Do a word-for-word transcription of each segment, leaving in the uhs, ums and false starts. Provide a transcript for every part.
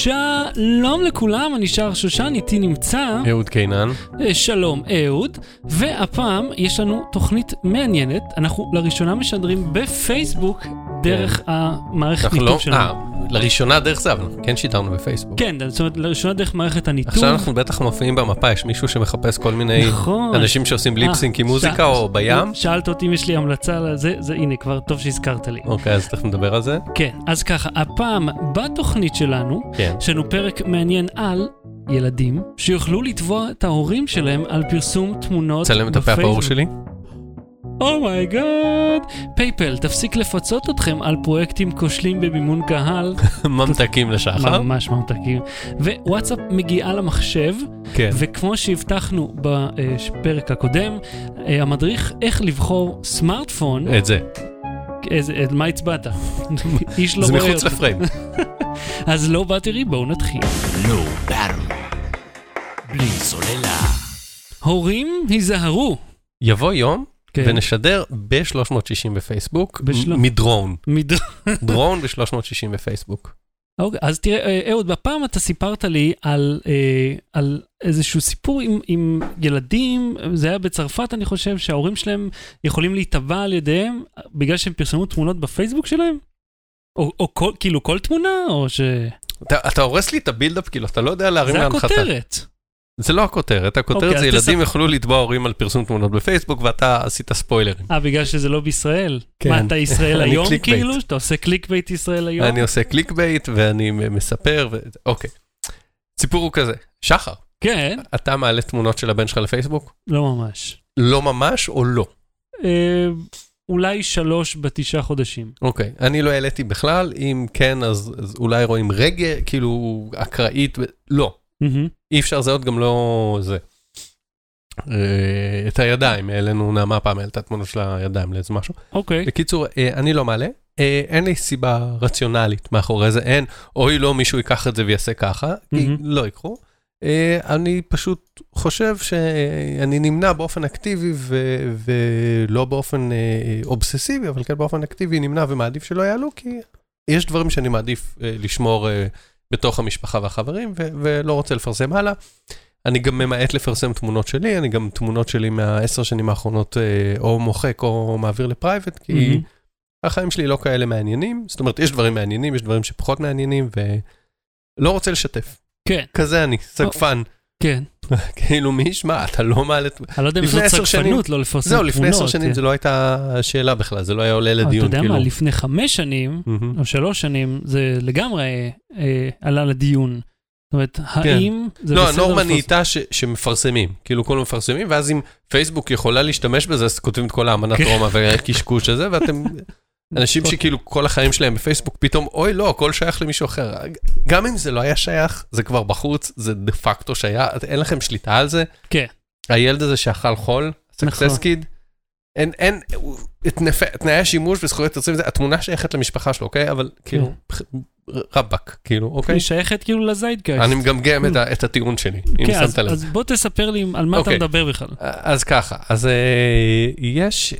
שלום לכולם, אני שר שושן, איתי נמצא אהוד קינן. שלום אהוד, והפעם יש לנו תוכנית מעניינת, אנחנו לראשונה משדרים בפייסבוק דרך המערכת ניתוב שלנו. לראשונה דרך זה, אבל אנחנו כן שידרנו בפייסבוק. כן, זאת אומרת, לראשונה דרך מערכת הניתוב. עכשיו אנחנו בטח מופיעים במפה, יש מישהו שמחפש כל מיני אנשים שעושים ליפסינק עם מוזיקה או בים. שאלת אותי אם יש לי המלצה לזה, זה הנה, כבר טוב שהזכרת לי. אוקיי, אז תכף נדבר על זה. כן, אז ככה, הפעם בתוכנית שלנו, יש לנו פרק מעניין על ילדים שיוכלו לתבוע את ההורים שלהם על פרסום תמונות צלם את הפה הפעור שלי. אומייגאד, פייפל, תפסיק לפצות אתכם על פרויקטים כושלים במימון קהל. ממתקים לשחר. ממש ממתקים. ווואטסאפ מגיעה למחשב, כן. וכמו שהבטחנו בפרק הקודם, המדריך איך לבחור סמארטפון. את זה. איזה, מה הצבעת? איש לא זה רואה מחוץ לפריים. אז לא באטרי, בואו נתחיל. לא באטרי. בלי סוללה. הורים, היזהרו. יבוא יום, כן. ונשדר ב-שלוש מאות שישים בפייסבוק, בשל... מדרון. מדרון. דרון ב-שלוש מאות שישים בפייסבוק. אוקיי, אז תראה, אהוד, בפעם אתה סיפרת לי על, אה, על איזשהו סיפור עם, עם ילדים, זה היה בצרפת, אני חושב, שההורים שלהם יכולים להתאבע על ידיהם, בגלל שהם פרסמו תמונות בפייסבוק שלהם? או, או כל, כאילו כל תמונה, או ש... אתה, אתה הורס לי את הבילדאפ, כאילו, אתה לא יודע להרים להנחתה. זה הכותרת. זה לא הכותרת, הכותרת זה ילדים יכלו לתבוע הורים על פרסום תמונות בפייסבוק, ואתה עשית ספוילרים. אה, בגלל שזה לא בישראל? מה, אתה ישראל היום כאילו? אתה עושה קליק בייט ישראל היום? אני עושה קליק בייט, ואני מספר, אוקיי. סיפור הוא כזה, שחר. כן. אתה מעלה תמונות של הבן שלך לפייסבוק? לא ממש. לא ממש או לא? אולי שלוש בתשעה חודשים. אוקיי, אני לא העליתי בכלל, אם כן, אז אולי רואים רגע, כאילו, אקראית, לא. אי אפשר זה עוד גם לא זה. את הידיים, העלינו נעמה פעם, העלתה תמונות של הידיים לאיזה משהו. אוקיי. בקיצור, אני לא מעלה, אין לי סיבה רציונלית מאחורי זה, אין, אוי לא, מישהו ייקח את זה ויעשה ככה, כי לא יקרו. אני פשוט חושב שאני נמנע באופן אקטיבי ולא באופן אובססיבי, אבל כן באופן אקטיבי נמנע ומעדיף שלא יעלו, כי יש דברים שאני מעדיף לשמור בתוך המשפחה והחברים, ו- ולא רוצה לפרסם הלאה. אני גם ממעט לפרסם תמונות שלי, אני גם תמונות שלי מהעשר שנים האחרונות, או מוחק או מעביר לפרייבט, כי mm-hmm. החיים שלי לא כאלה מעניינים, זאת אומרת, יש דברים מעניינים, יש דברים שפחות מעניינים, ולא רוצה לשתף. כן. כזה אני, סגפן. כן. כאילו מי ישמע, אתה לא מעלה... אני לא יודע אם זאת סגפנות, לא לפרסם תמונות. זהו, לפני עשר שנים זה לא הייתה שאלה בכלל, זה לא היה עולה לדיון. אתה יודע מה, לפני חמש שנים, או שלוש שנים, זה לגמרי עלה לדיון. זאת אומרת, האם זה בסדר... לא, הנורמה נהייתה שמפרסמים, כאילו כולם מפרסמים, ואז אם פייסבוק יכולה להשתמש בזה, אז כותבים את כל האמנת רומא והקשקוש הזה, ואתם... אנשים שכאילו כל החיים שלהם בפייסבוק, פתאום, אוי לא, הכל שייך למישהו אחר. גם אם זה לא היה שייך, זה כבר בחוץ, זה דה פקטו שייך, אין לכם שליטה על זה. כן. הילד הזה שאכל חול, סקסס קיד, אין, אין, תנאי השימוש וזכויות יוצרים, התמונה שייכת למשפחה שלו, אוקיי? אבל כאילו, רבק, כאילו, אוקיי? היא שייכת כאילו לזיידגייסט. אני מגמגם את הטיעון שלי, אם שמת לב. אז בוא תספר לי על מה אתה מדבר בכלל. אז ככה, אז יש,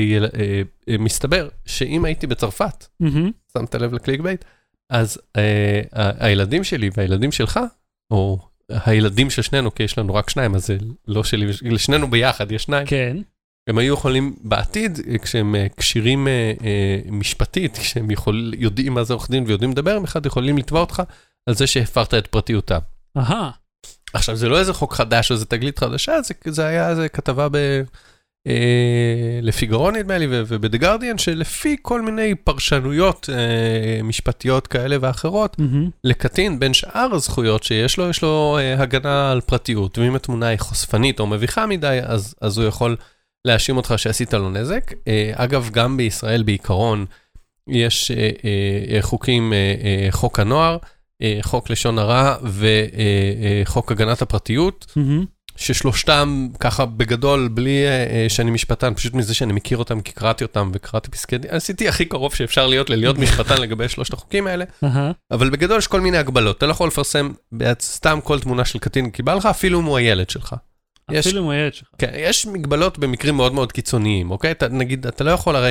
מסתבר שאם הייתי בצרפת, שמת לב לקליק בייט, אז הילדים שלי והילדים שלך, או הילדים של שנינו, כי יש לנו רק שניים, אז זה לא שלי, לשנינו ביחד יש שניים. כן. הם היו יכולים בעתיד, כשהם קשירים משפטית, כשהם יודעים מה זה עורך דין ויודעים לדבר עם אחד, יכולים לתבוע אותך על זה שהפרת את פרטיותם. אהה. עכשיו, זה לא איזה חוק חדש או איזה תגלית חדשה, זה, זה היה איזה כתבה ב... אה, לפיגרון נדמה לי וב"דה גרדיאן", שלפי כל מיני פרשנויות אה, משפטיות כאלה ואחרות, mm-hmm. לקטין בין שאר הזכויות שיש לו, יש לו אה, הגנה על פרטיות, ואם התמונה היא חושפנית או מביכה מדי, אז, אז הוא יכול להאשים אותך שעשית לו נזק. אה, אגב, גם בישראל בעיקרון, יש אה, אה, חוקים, אה, אה, חוק הנוער, אה, חוק לשון הרע וחוק אה, אה, הגנת הפרטיות, mm-hmm. ששלושתם ככה בגדול, בלי אה, שאני משפטן, פשוט מזה שאני מכיר אותם, כי קראתי אותם וקראתי פסקי דין, עשיתי הכי קרוב שאפשר להיות ללהיות משפטן לגבי שלושת החוקים האלה, אבל בגדול יש כל מיני הגבלות, אתה לא יכול לפרסם סתם כל תמונה של קטין כי בא לך, אפילו אם הוא הילד שלך. אפילו אם הוא הילד שלך. כן, יש מגבלות במקרים מאוד מאוד קיצוניים, אוקיי? אתה, נגיד, אתה לא יכול הרי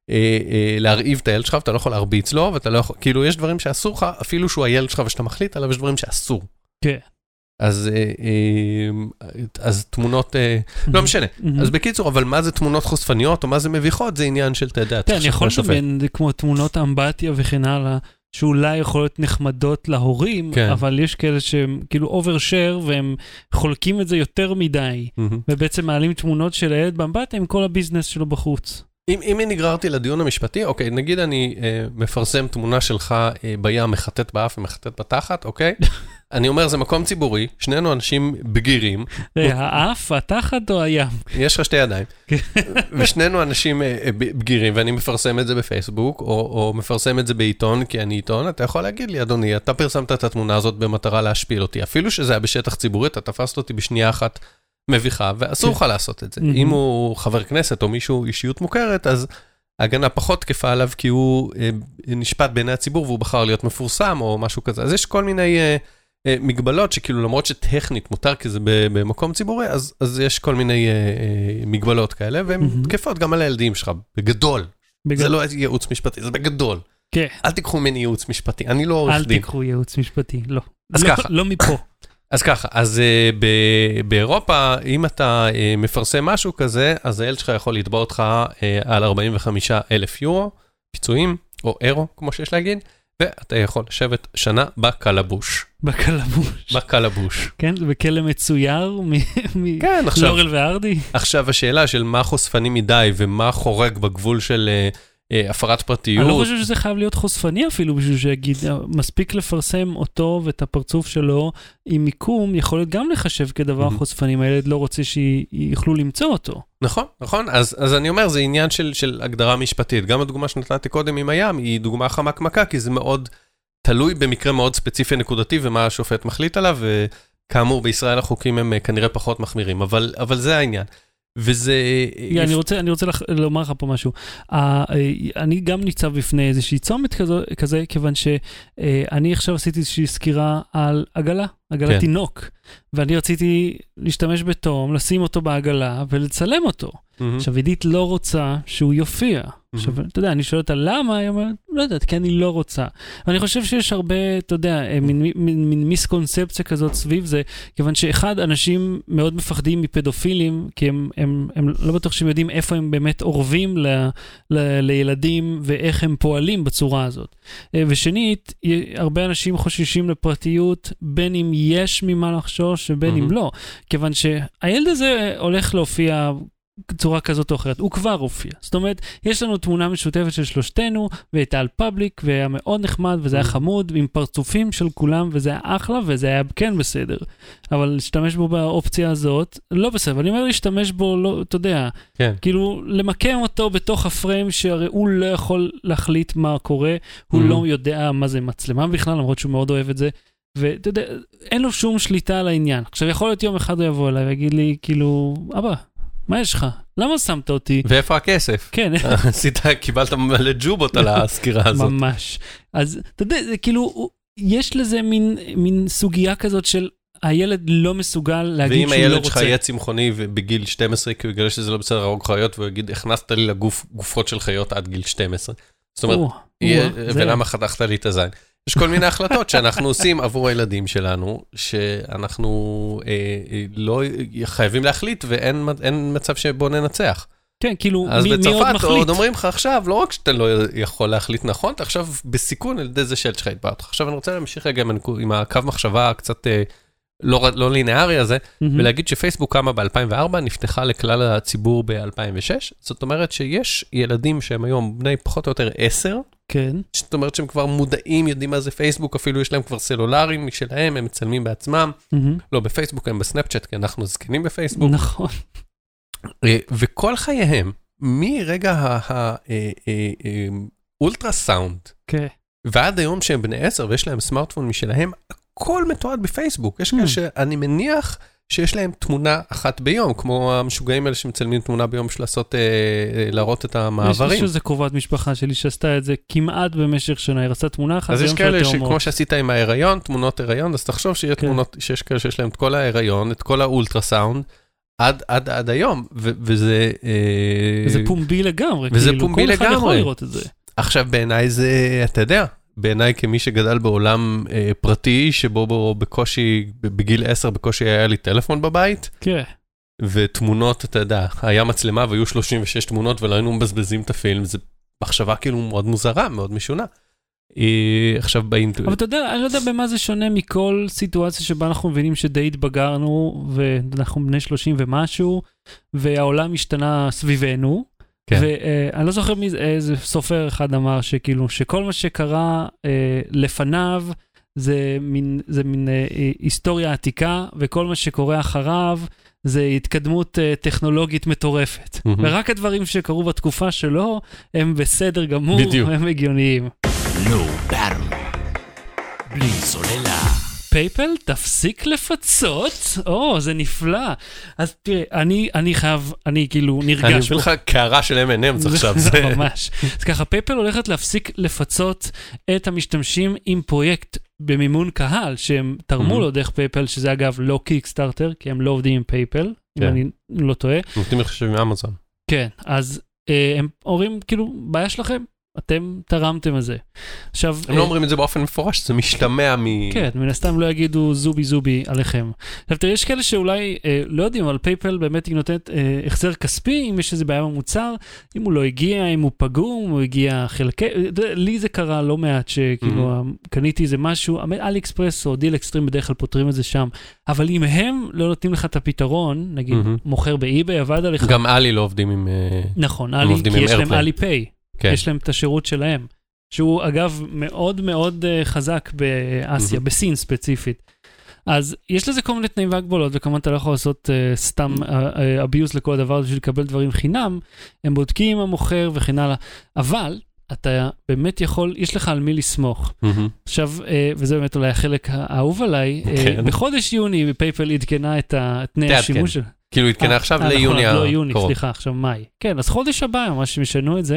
אה, אה, להרעיב את הילד שלך, ואתה לא יכול להרביץ לו, ואתה לא יכול, כאילו, יש דברים שאסור לך, אפילו שהוא הילד שלך ושאתה מחליט עליו, יש דברים שאסור. כן. אז, אה, אה, אז תמונות, אה, לא משנה. אז בקיצור, אבל מה זה תמונות חושפניות, או מה זה מביכות, זה עניין של, אתה יודע, כן, אני יכול לדמיין, כמו תמונות אמבטיה וכן הלאה, שאולי יכול להיות נחמדות להורים, כן. אבל יש כאלה שהם כאילו אוברשר, והם חולקים את זה יותר מדי, mm-hmm. ובעצם מעלים תמונות של הילד באמבטיה עם כל הביזנס שלו בחוץ. אם, אם אני נגררתי לדיון המשפטי, אוקיי, נגיד אני אה, מפרסם תמונה שלך אה, בים, מחטט באף ומחטט בתחת, אוקיי? אני אומר, זה מקום ציבורי, שנינו אנשים בגירים. האף, התחת או הים? יש לך שתי ידיים. ושנינו אנשים בגירים, ואני מפרסם את זה בפייסבוק, או, או מפרסם את זה בעיתון, כי אני עיתון, אתה יכול להגיד לי, אדוני, אתה פרסמת את התמונה הזאת במטרה להשפיל אותי, אפילו שזה היה בשטח ציבורי, אתה תפסת אותי בשנייה אחת מביכה, ואסור לך לעשות את זה. אם הוא חבר כנסת או מישהו, אישיות מוכרת, אז ההגנה פחות תקפה עליו, כי הוא נשפט בעיני הציבור, והוא בחר להיות מפורסם או משהו כזה. אז יש כל מיני מגבלות שכאילו למרות שטכנית מותר כי זה במקום ציבורי, אז, אז יש כל מיני uh, מגבלות כאלה, והן mm-hmm. תקפות גם על הילדים שלך, בגדול. בגדול. זה לא ייעוץ משפטי, זה בגדול. כן. אל תיקחו ממני ייעוץ משפטי, אני לא עורך דין. דין. אל תיקחו ייעוץ משפטי, לא. אז לא, ככה. לא מפה. אז ככה, אז uh, ב- באירופה, אם אתה uh, מפרסם משהו כזה, אז הילד שלך יכול לתבוע אותך uh, על ארבעים וחמישה אלף יורו, פיצויים, או אירו, כמו שיש להגיד, ואתה יכול לשבת שנה בקלבוש. בקלבוש. בקלבוש. כן, זה בכלא מצויר מלורל וארדי. עכשיו השאלה של מה חושפני מדי ומה חורג בגבול של הפרת פרטיות. אני לא חושב שזה חייב להיות חושפני אפילו בשביל שיגיד, מספיק לפרסם אותו ואת הפרצוף שלו עם מיקום, יכול להיות גם לחשב כדבר חושפני, הילד לא רוצה שיוכלו למצוא אותו. נכון, נכון. אז, אז אני אומר, זה עניין של, של הגדרה משפטית. גם הדוגמה שנתתי קודם עם הים, היא דוגמה חמק-מקה, כי זה מאוד תלוי במקרה מאוד ספציפי נקודתי, ומה השופט מחליט עליו, וכאמור, בישראל החוקים הם כנראה פחות מחמירים, אבל, אבל זה העניין. וזה... אני רוצה, אני רוצה לומר לך פה משהו. אני גם ניצב בפני איזושהי צומת כזה, כיוון שאני עכשיו עשיתי איזושהי סקירה על עגלה, עגלת תינוק, ואני רציתי להשתמש בתום, לשים אותו בעגלה ולצלם אותו. עכשיו, עידית לא רוצה שהוא יופיע. עכשיו, אתה יודע, אני שואל אותה למה, היא אומרת, לא יודעת, כי אני לא רוצה. ואני חושב שיש הרבה, אתה יודע, מין מיסקונספציה כזאת סביב זה, כיוון שאחד, אנשים מאוד מפחדים מפדופילים, כי הם לא בטוח שהם יודעים איפה הם באמת עורבים לילדים, ואיך הם פועלים בצורה הזאת. ושנית, הרבה אנשים חוששים לפרטיות, בין אם יש ממה לחשוש, ובין אם לא. כיוון שהילד הזה הולך להופיע צורה כזאת או אחרת, הוא כבר הופיע. זאת אומרת, יש לנו תמונה משותפת של שלושתנו, והייתה על פאבליק, והיה מאוד נחמד, וזה היה חמוד, עם פרצופים של כולם, וזה היה אחלה, וזה היה כן בסדר. אבל להשתמש בו באופציה הזאת, לא בסדר. אני אומר להשתמש בו, לא, אתה יודע, כן. כאילו, למקם אותו בתוך הפריים, שהרי הוא לא יכול להחליט מה קורה, הוא mm-hmm. לא יודע מה זה מצלמה בכלל, למרות שהוא מאוד אוהב את זה, ואתה יודע, אין לו שום שליטה על העניין. עכשיו, יכול להיות יום אחד הוא יבוא אליי, ויגיד לי, כאילו, אבא, מה יש לך? למה שמת אותי? ואיפה הכסף? כן. עשית, קיבלת מלא ג'ובות על הסקירה הזאת. ממש. אז אתה יודע, זה כאילו, יש לזה מין, מין סוגיה כזאת של הילד לא מסוגל להגיד שהוא לא רוצה. ואם הילד שלך יהיה צמחוני בגיל שתים עשרה, כי הוא יגלה שזה לא בסדר להרוג חיות, והוא יגיד, הכנסת לי לגוף גופות של חיות עד גיל שתים עשרה. זאת אומרת, ולמה חתכת לי את הזין? יש כל מיני החלטות שאנחנו עושים עבור הילדים שלנו, שאנחנו אה, לא חייבים להחליט, ואין מצב שבו ננצח. כן, כאילו, מי, מי עוד מחליט? אז בצרפת עוד אומרים לך עכשיו, לא רק שאתה לא יכול להחליט נכון, אתה עכשיו בסיכון על ידי זה שילד שלך יתבע אותך. עכשיו אני רוצה להמשיך רגע עם הקו מחשבה קצת אה, לא, לא לינארי הזה, mm-hmm. ולהגיד שפייסבוק קמה ב-אלפיים וארבע, נפתחה לכלל הציבור ב-אלפיים ושש, זאת אומרת שיש ילדים שהם היום בני פחות או יותר עשר, כן. זאת אומרת שהם כבר מודעים, יודעים מה זה פייסבוק, אפילו יש להם כבר סלולרים משלהם, הם מצלמים בעצמם, mm-hmm. לא בפייסבוק, הם בסנאפצ'אט, כי אנחנו זקנים בפייסבוק. נכון. וכל חייהם, מרגע האולטרה סאונד, כן. ועד היום שהם בני עשר ויש להם סמארטפון משלהם, הכל מתועד בפייסבוק. יש כאלה שאני מניח שיש להם תמונה אחת ביום, כמו המשוגעים האלה שמצלמים תמונה ביום של לעשות, להראות את המעברים. יש איזו קרובת משפחה שלי שעשתה את זה כמעט במשך שנה, היא רצתה תמונה אחת. אז יש כאלה שכמו שעשית עם ההיריון, תמונות הריון, אז תחשוב שיש תמונות, שיש כאלה שיש להם את כל ההיריון, את כל האולטרה סאונד, עד, עד, עד היום, ו- וזה... וזה פומבי לגמרי, וזה כאילו, פומבי כל אחד לגמרי. יכול לראות את זה. עכשיו בעיניי זה, אתה יודע, בעיניי כמי שגדל בעולם אה, פרטי, שבו בו בקושי, בגיל עשר בקושי היה לי טלפון בבית, כן. ותמונות, אתה יודע, היה מצלמה והיו שלושים ושש תמונות ולא היינו מבזבזים את הפילם, זה מחשבה כאילו מאוד מוזרה, מאוד משונה. אה, עכשיו באינטואיט. אבל אתה יודע, אני לא יודע במה זה שונה מכל סיטואציה שבה אנחנו מבינים שדי התבגרנו, ואנחנו בני שלושים ומשהו, והעולם השתנה סביבנו, כן. ואני לא זוכר מי, איזה סופר אחד אמר שכאילו, שכל מה שקרה אה, לפניו, זה מין, זה מין אה, היסטוריה עתיקה, וכל מה שקורה אחריו, זה התקדמות אה, טכנולוגית מטורפת. Mm-hmm. ורק הדברים שקרו בתקופה שלו, הם בסדר גמור, בדיוק. הם הגיוניים. Low Battery. בלי סוללה. פייפל תפסיק לפצות? או, זה נפלא. אז תראה, אני, אני חייב, אני כאילו נרגש. אני מביא לך קערה של אם אנד אמס עכשיו. זה ממש. אז ככה, פייפל הולכת להפסיק לפצות את המשתמשים עם פרויקט במימון קהל, שהם תרמו לו דרך פייפל, שזה אגב לא קיקסטארטר, כי הם לא עובדים עם פייפל, אם אני לא טועה. נותנים לחשב עם אמזון. כן, אז הם אומרים, כאילו, בעיה שלכם, אתם תרמתם את זה. עכשיו... הם לא אומרים את זה באופן מפורש, זה משתמע מ... כן, מן הסתם לא יגידו זובי זובי עליכם. עכשיו תראה, יש כאלה שאולי אה, לא יודעים, אבל פייפל באמת היא נותנת אה, החזר כספי, אם יש איזה בעיה במוצר, אם הוא לא הגיע, אם הוא פגום, הוא הגיע חלקי... לי זה קרה לא מעט, שכאילו mm-hmm. קניתי איזה משהו, אלי אקספרס או דיל אקסטרים בדרך כלל פותרים את זה שם, אבל אם הם לא נותנים לך את הפתרון, נגיד mm-hmm. מוכר באי-ביי, עבד עליך... גם אלי לא עובדים עם... נכון, אלי, כי יש להם אלי פיי. כן. יש להם את השירות שלהם, שהוא אגב מאוד מאוד uh, חזק באסיה, mm-hmm. בסין ספציפית. אז יש לזה כל מיני תנאים והגבולות, וכמובן אתה לא יכול לעשות uh, סתם אביוס uh, uh, לכל הדבר הזה, בשביל לקבל דברים חינם, הם בודקים המוכר וכן הלאה, אבל אתה באמת יכול, יש לך על מי לסמוך. Mm-hmm. עכשיו, uh, וזה באמת אולי החלק האהוב עליי, כן. uh, בחודש יוני פייפל עדכנה את תנאי השימוש שלה. כאילו התקנה עכשיו ליוני הקרוב. לא יוני, סליחה, עכשיו מאי. כן, אז חודש הבא, ממש משנו את זה,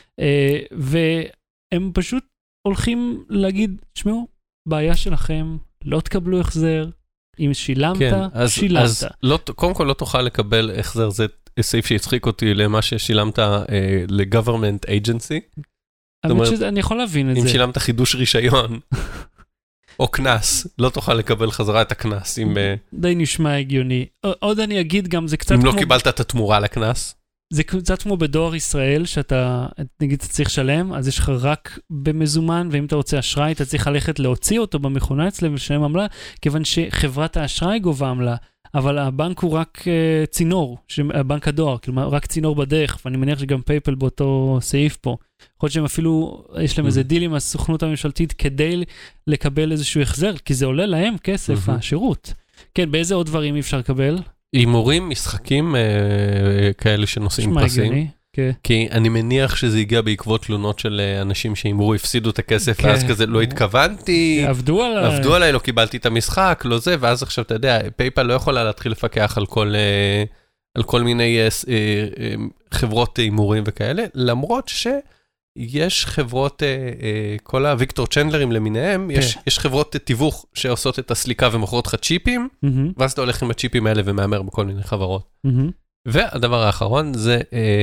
והם פשוט הולכים להגיד, שמעו, בעיה שלכם, לא תקבלו החזר, אם שילמת, שילמת. אז קודם כל לא תוכל לקבל החזר, זה סעיף שיצחיק אותי למה ששילמת ל-government agency. האמת שאני יכול להבין את זה. אם שילמת חידוש רישיון, או כנס, לא תוכל לקבל חזרה את הכנס. די נשמע הגיוני. עוד אני אגיד גם, זה קצת כמו... אם לא קיבלת את התמורה לכנס. זה קצת כמו בדואר ישראל, שאתה, נגיד, אתה צריך לשלם, אז יש לך רק במזומן, ואם אתה רוצה אשראי, אתה צריך ללכת להוציא אותו במכונה אצלם ולשלם עמלה, כיוון שחברת האשראי גובה עמלה, אבל הבנק הוא רק uh, צינור, הבנק הדואר, כלומר, רק צינור בדרך, ואני מניח שגם פייפל באותו סעיף פה. יכול להיות שהם אפילו, יש להם איזה דיל עם הסוכנות הממשלתית, כדי לקבל איזשהו החזר, כי זה עולה להם כסף, השירות. כן, באיזה עוד דברים אי אפשר לקבל? הימורים, משחקים אה, כאלה שנושאים פרסים. Okay. כי אני מניח שזה הגיע בעקבות תלונות של אנשים שהימרו, הפסידו את הכסף, okay. ואז כזה לא התכוונתי, עבדו עליי. עבדו עליי, לא קיבלתי את המשחק, לא זה, ואז עכשיו אתה יודע, פייפל לא יכולה להתחיל לפקח על כל, על כל מיני חברות הימורים וכאלה, למרות שיש חברות, כל הוויקטור צ'נדלרים למיניהם, okay. יש, יש חברות תיווך שעושות את הסליקה ומוכרות לך צ'יפים, mm-hmm. ואז אתה הולך עם הצ'יפים האלה ומאמר בכל מיני חברות. Mm-hmm. והדבר האחרון זה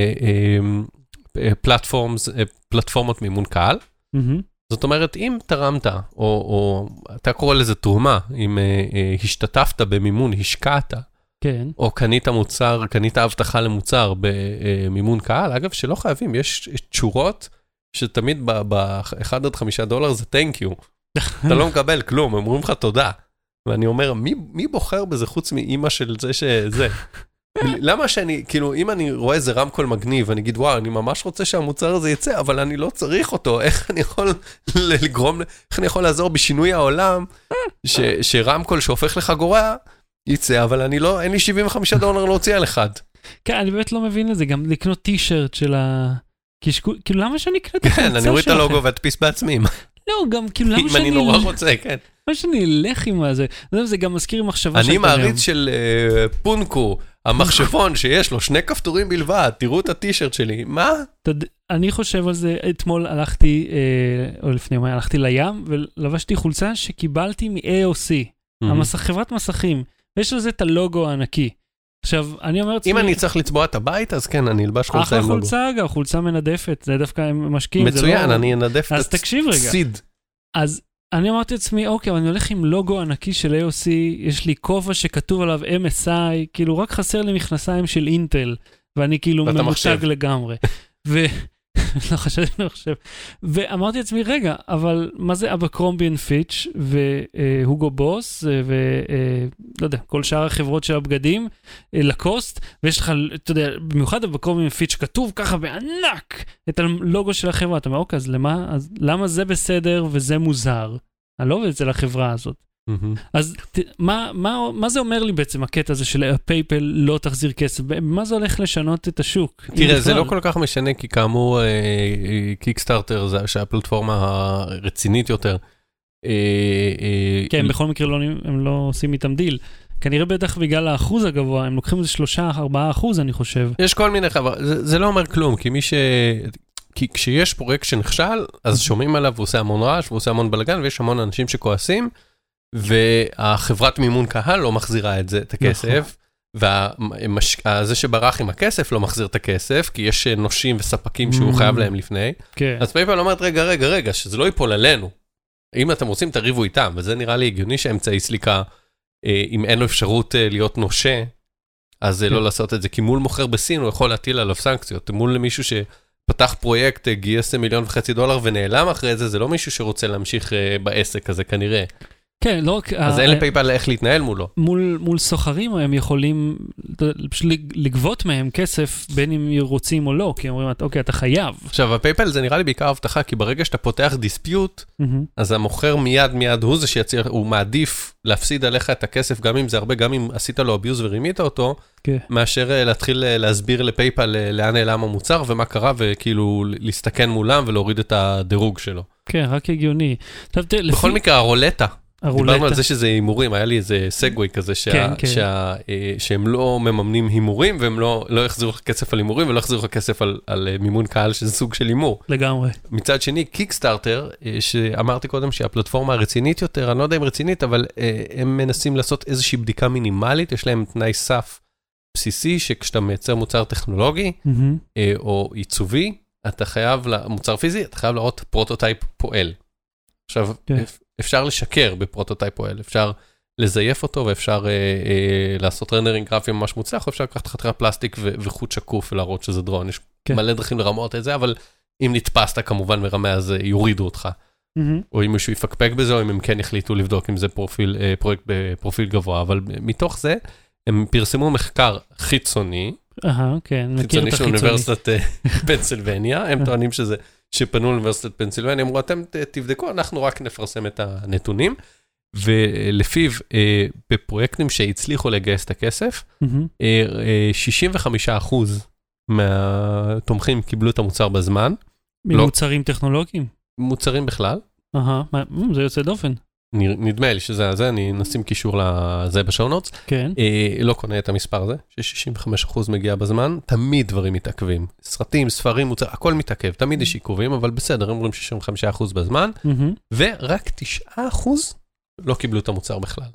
פלטפורמס, פלטפורמות מימון קהל. זאת אומרת, אם תרמת, או אתה קורא לזה תרומה, אם השתתפת במימון, השקעת, או קנית מוצר, קנית הבטחה למוצר במימון קהל, אגב, שלא חייבים, יש תשורות שתמיד ב-אחד עד חמישה דולר זה thank you. אתה לא מקבל כלום, אומרים לך תודה. ואני אומר, מי בוחר בזה חוץ מאמא של זה שזה? למה שאני, כאילו, אם אני רואה איזה רמקול מגניב, אני אגיד, וואו, אני ממש רוצה שהמוצר הזה יצא, אבל אני לא צריך אותו, איך אני יכול לגרום, איך אני יכול לעזור בשינוי העולם, ש, שרמקול שהופך לך גורע, יצא, אבל אני לא, אין לי שבעים וחמישה דולר להוציא על אחד. כן, אני באמת לא מבין את זה, גם לקנות טישרט של ה... כאילו, למה שאני אקנה את החולצה שלכם? כן, אני רואה את הלוגו ואדפיס בעצמי. לא, גם, כאילו, למה שאני... אם אני נורא רוצה, כן. מה שאני אלך עם זה, זה גם מזכיר עם מחשבה אני מעריץ של פונקו, המחשבון שיש לו שני כפתורים בלבד, תראו את הטישרט שלי, מה? אני חושב על זה, אתמול הלכתי, או לפני מה, הלכתי לים, ולבשתי חולצה שקיבלתי מ-איי או סי, חברת מסכים, ויש לזה את הלוגו הענקי. עכשיו, אני אומר... אם אני צריך לצבוע את הבית, אז כן, אני אלבש חולצה עם לוגו. אחלה חולצה, אגב, חולצה מנדפת, זה דווקא הם משקיעים. מצוין, אני אנדף את הסיד. אז אני אמרתי לעצמי, אוקיי, אבל אני הולך עם לוגו ענקי של איי או סי, יש לי כובע שכתוב עליו אם אס איי, כאילו רק חסר לי מכנסיים של אינטל, ואני כאילו ממותג לגמרי. ו... לא חשבתי, לא חושב. ואמרתי לעצמי, רגע, אבל מה זה אברקרומבי אנד פיץ' והוגו בוס, ולא יודע, כל שאר החברות של הבגדים, לקוסט, ויש לך, אתה יודע, במיוחד אברקרומבי אנד פיץ' כתוב ככה בענק את הלוגו של החברה. אתה אומר, אוקיי, אז למה, אז למה זה בסדר וזה מוזר? אני לא עובד אצל החברה הזאת. אז מה, מה, מה זה אומר לי בעצם הקטע הזה של פייפל לא תחזיר כסף? מה זה הולך לשנות את השוק? תראה, זה לא כל כך משנה, כי כאמור, קיקסטארטר זה הפלטפורמה הרצינית יותר. כן, בכל מקרה הם לא עושים איתם דיל. כנראה בטח בגלל האחוז הגבוה, הם לוקחים איזה שלושה, ארבעה אחוז, אני חושב. יש כל מיני חברות, זה לא אומר כלום, כי מי ש... כי כשיש פרויקט שנכשל, אז שומעים עליו, הוא עושה המון רעש, והוא עושה המון בלגן, ויש המון אנשים שכועסים, והחברת מימון קהל לא מחזירה את זה, את הכסף, וזה שברח עם הכסף לא מחזיר את הכסף, כי יש נושים וספקים שהוא חייב להם לפני. אז פייפל אומרת, רגע, רגע, רגע, שזה לא ייפול עלינו. אם אתם רוצים, תריבו איתם, וזה נראה לי הגיוני שהאמצעי סליקה, אם אין לו אפשרות להיות נושה, אז לא לעשות את זה, כי מול מוכר בסין הוא יכול להטיל עליו סנקציות, מול למישהו שפתח פרויקט, גייס מיליון וחצי דולר ונעלם אחרי זה, זה לא מישהו שרוצה להמשיך בעסק הזה כנראה. כן, לא... אז אין לפייפל איך להתנהל מולו. מול, מול סוחרים הם יכולים פשוט לגבות מהם כסף, בין אם רוצים או לא, כי אומרים, אוקיי, אתה חייב. עכשיו, הפייפל זה נראה לי בעיקר הבטחה, כי ברגע שאתה פותח דיספיוט, אז המוכר מיד מיד הוא זה שיציר, הוא מעדיף להפסיד עליך את הכסף, גם אם זה הרבה, גם אם עשית לו אביוז ורימית אותו, מאשר להתחיל להסביר לפייפל לאן נעלם המוצר, ומה קרה, וכאילו להסתכן מולם ולהוריד את הדירוג שלו. כן, רק הגיוני. בכל מקרה, הרולטה. דיברנו על זה שזה הימורים, היה לי איזה סגווי כזה שהם לא מממנים הימורים, והם לא יחזירו לך כסף על הימורים, ולא יחזירו לך כסף על מימון קהל שזה סוג של הימור. לגמרי. מצד שני, קיקסטארטר, שאמרתי קודם שהפלטפורמה הרצינית יותר, אני לא יודע אם רצינית, אבל הם מנסים לעשות איזושהי בדיקה מינימלית, יש להם תנאי סף בסיסי, שכשאתה מייצר מוצר טכנולוגי, או עיצובי, אתה חייב, מוצר פיזי, אתה חייב לראות פרוטוטייפ פועל. עכשיו, אפשר לשקר בפרוטוטייפ פועל, אפשר לזייף אותו, ואפשר אה, אה, לעשות רנדרינג גרפי ממש מוצלח, או אפשר לקחת חתיכת פלסטיק ו- וחוט שקוף ולהראות שזה דרון. יש כן. מלא דרכים לרמות את זה, אבל אם נתפסת כמובן מרמה, אז יורידו אותך. Mm-hmm. או אם מישהו יפקפק בזה, או אם הם כן החליטו לבדוק אם זה פרופיל, אה, פרויקט בפרופיל גבוה. אבל מתוך זה, הם פרסמו מחקר חיצוני, Aha, כן, חיצוני של אוניברסיטת פנסילבניה, הם טוענים שזה... שפנו לאוניברסיטת פנסילבניה, אמרו, אתם תבדקו, אנחנו רק נפרסם את הנתונים, ולפיו, בפרויקטים שהצליחו לגייס את הכסף, שישים וחמישה אחוז מהתומכים קיבלו את המוצר בזמן. ממוצרים טכנולוגיים? מוצרים בכלל. אהה, זה יוצא דופן. נדמה לי שזה זה, אני נשים קישור לזה בשעונות. כן. לא קונה את המספר הזה, ש-שישים וחמישה אחוז מגיע בזמן, תמיד דברים מתעכבים. סרטים, ספרים, מוצר, הכל מתעכב, תמיד יש עיכובים, אבל בסדר, הם אומרים שישים וחמישה אחוז בזמן, ורק תשעה אחוז לא קיבלו את המוצר בכלל.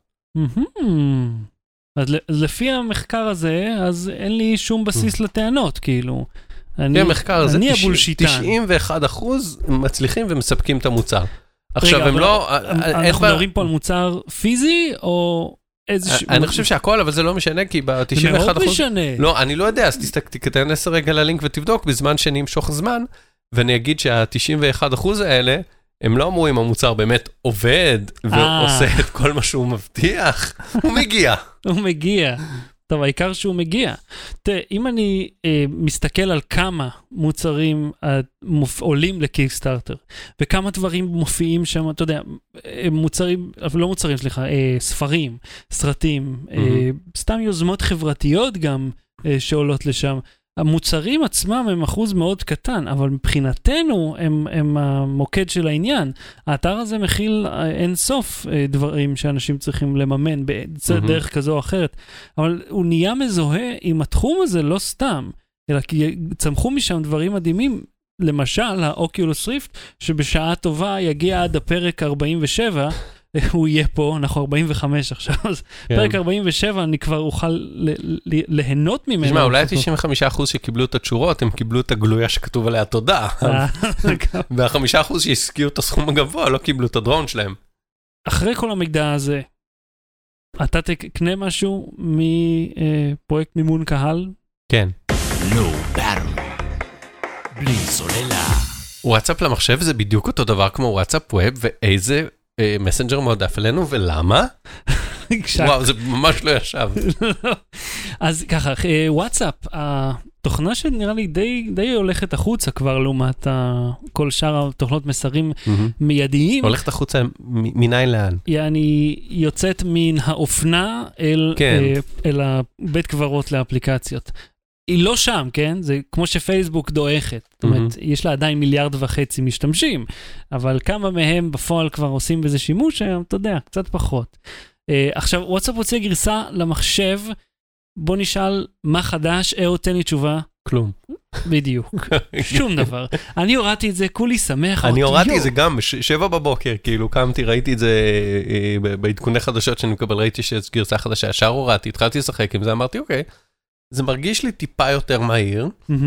אז לפי המחקר הזה, אז אין לי שום בסיס לטענות, כאילו. לפי המחקר הזה, תשעים ואחד אחוז מצליחים ומספקים את המוצר. עכשיו הם לא... אנחנו מדברים פה על מוצר פיזי או איזשהו... אני חושב שהכל, אבל זה לא משנה, כי ב-תשעים ואחד אחוז... מאוד משנה. לא, אני לא יודע, אז תתכנס רגע ללינק ותבדוק, בזמן שאני אמשוך זמן, ואני אגיד שה-תשעים ואחד אחוז האלה, הם לא אמרו אם המוצר באמת עובד, ועושה את כל מה שהוא מבטיח, הוא מגיע. הוא מגיע. טוב, העיקר שהוא מגיע. תראה, אם אני אה, מסתכל על כמה מוצרים אה, מופ... עולים לקיקסטארטר, וכמה דברים מופיעים שם, אתה יודע, מוצרים, אבל לא מוצרים, סליחה, אה, ספרים, סרטים, mm-hmm. אה, סתם יוזמות חברתיות גם אה, שעולות לשם. המוצרים עצמם הם אחוז מאוד קטן, אבל מבחינתנו הם, הם המוקד של העניין. האתר הזה מכיל אין סוף דברים שאנשים צריכים לממן בדרך mm-hmm. כזו או אחרת, אבל הוא נהיה מזוהה עם התחום הזה לא סתם, אלא כי צמחו משם דברים מדהימים, למשל האוקיולוס ריפט, שבשעה טובה יגיע עד הפרק ארבעים ושבע, הוא יהיה פה, אנחנו ארבעים וחמש עכשיו, אז פרק ארבעים ושבע אני כבר אוכל ליהנות ממנו. תשמע, אולי תשעים וחמישה אחוז שקיבלו את התשורות, הם קיבלו את הגלויה שכתוב עליה תודה. וה-חמישה אחוז שהשקיעו את הסכום הגבוה, לא קיבלו את הדרון שלהם. אחרי כל המידע הזה, אתה תקנה משהו מפרויקט מימון קהל? כן. נו, ברם. בלי סוללה. וואטסאפ למחשב זה בדיוק אותו דבר כמו וואטסאפ ווב, ואיזה מסנג'ר מועדף אלינו, ולמה? וואו, זה ממש לא ישב. אז ככה, וואטסאפ, התוכנה שנראה לי די, די הולכת החוצה כבר לעומת כל שאר התוכנות מסרים מיידיים. הולכת החוצה מניין לאן? אני יוצאת מן האופנה אל, כן. אל הבית קברות לאפליקציות. היא לא שם, כן? זה כמו שפייסבוק דועכת. זאת אומרת, יש לה עדיין מיליארד וחצי משתמשים, אבל כמה מהם בפועל כבר עושים בזה שימוש, אתה יודע, קצת פחות. עכשיו, וואטסאפ הוציא גרסה למחשב, בוא נשאל מה חדש, אהו תן לי תשובה. כלום. בדיוק, שום דבר. אני הורדתי את זה, כולי שמח. אני הורדתי את זה גם, שבע בבוקר, כאילו קמתי, ראיתי את זה בעדכוני חדשות שאני מקבל, ראיתי שיש גרסה חדשה, ישר הורדתי, התחלתי לשחק עם זה, אמרתי, אוקיי, זה מרגיש לי טיפה יותר מהיר,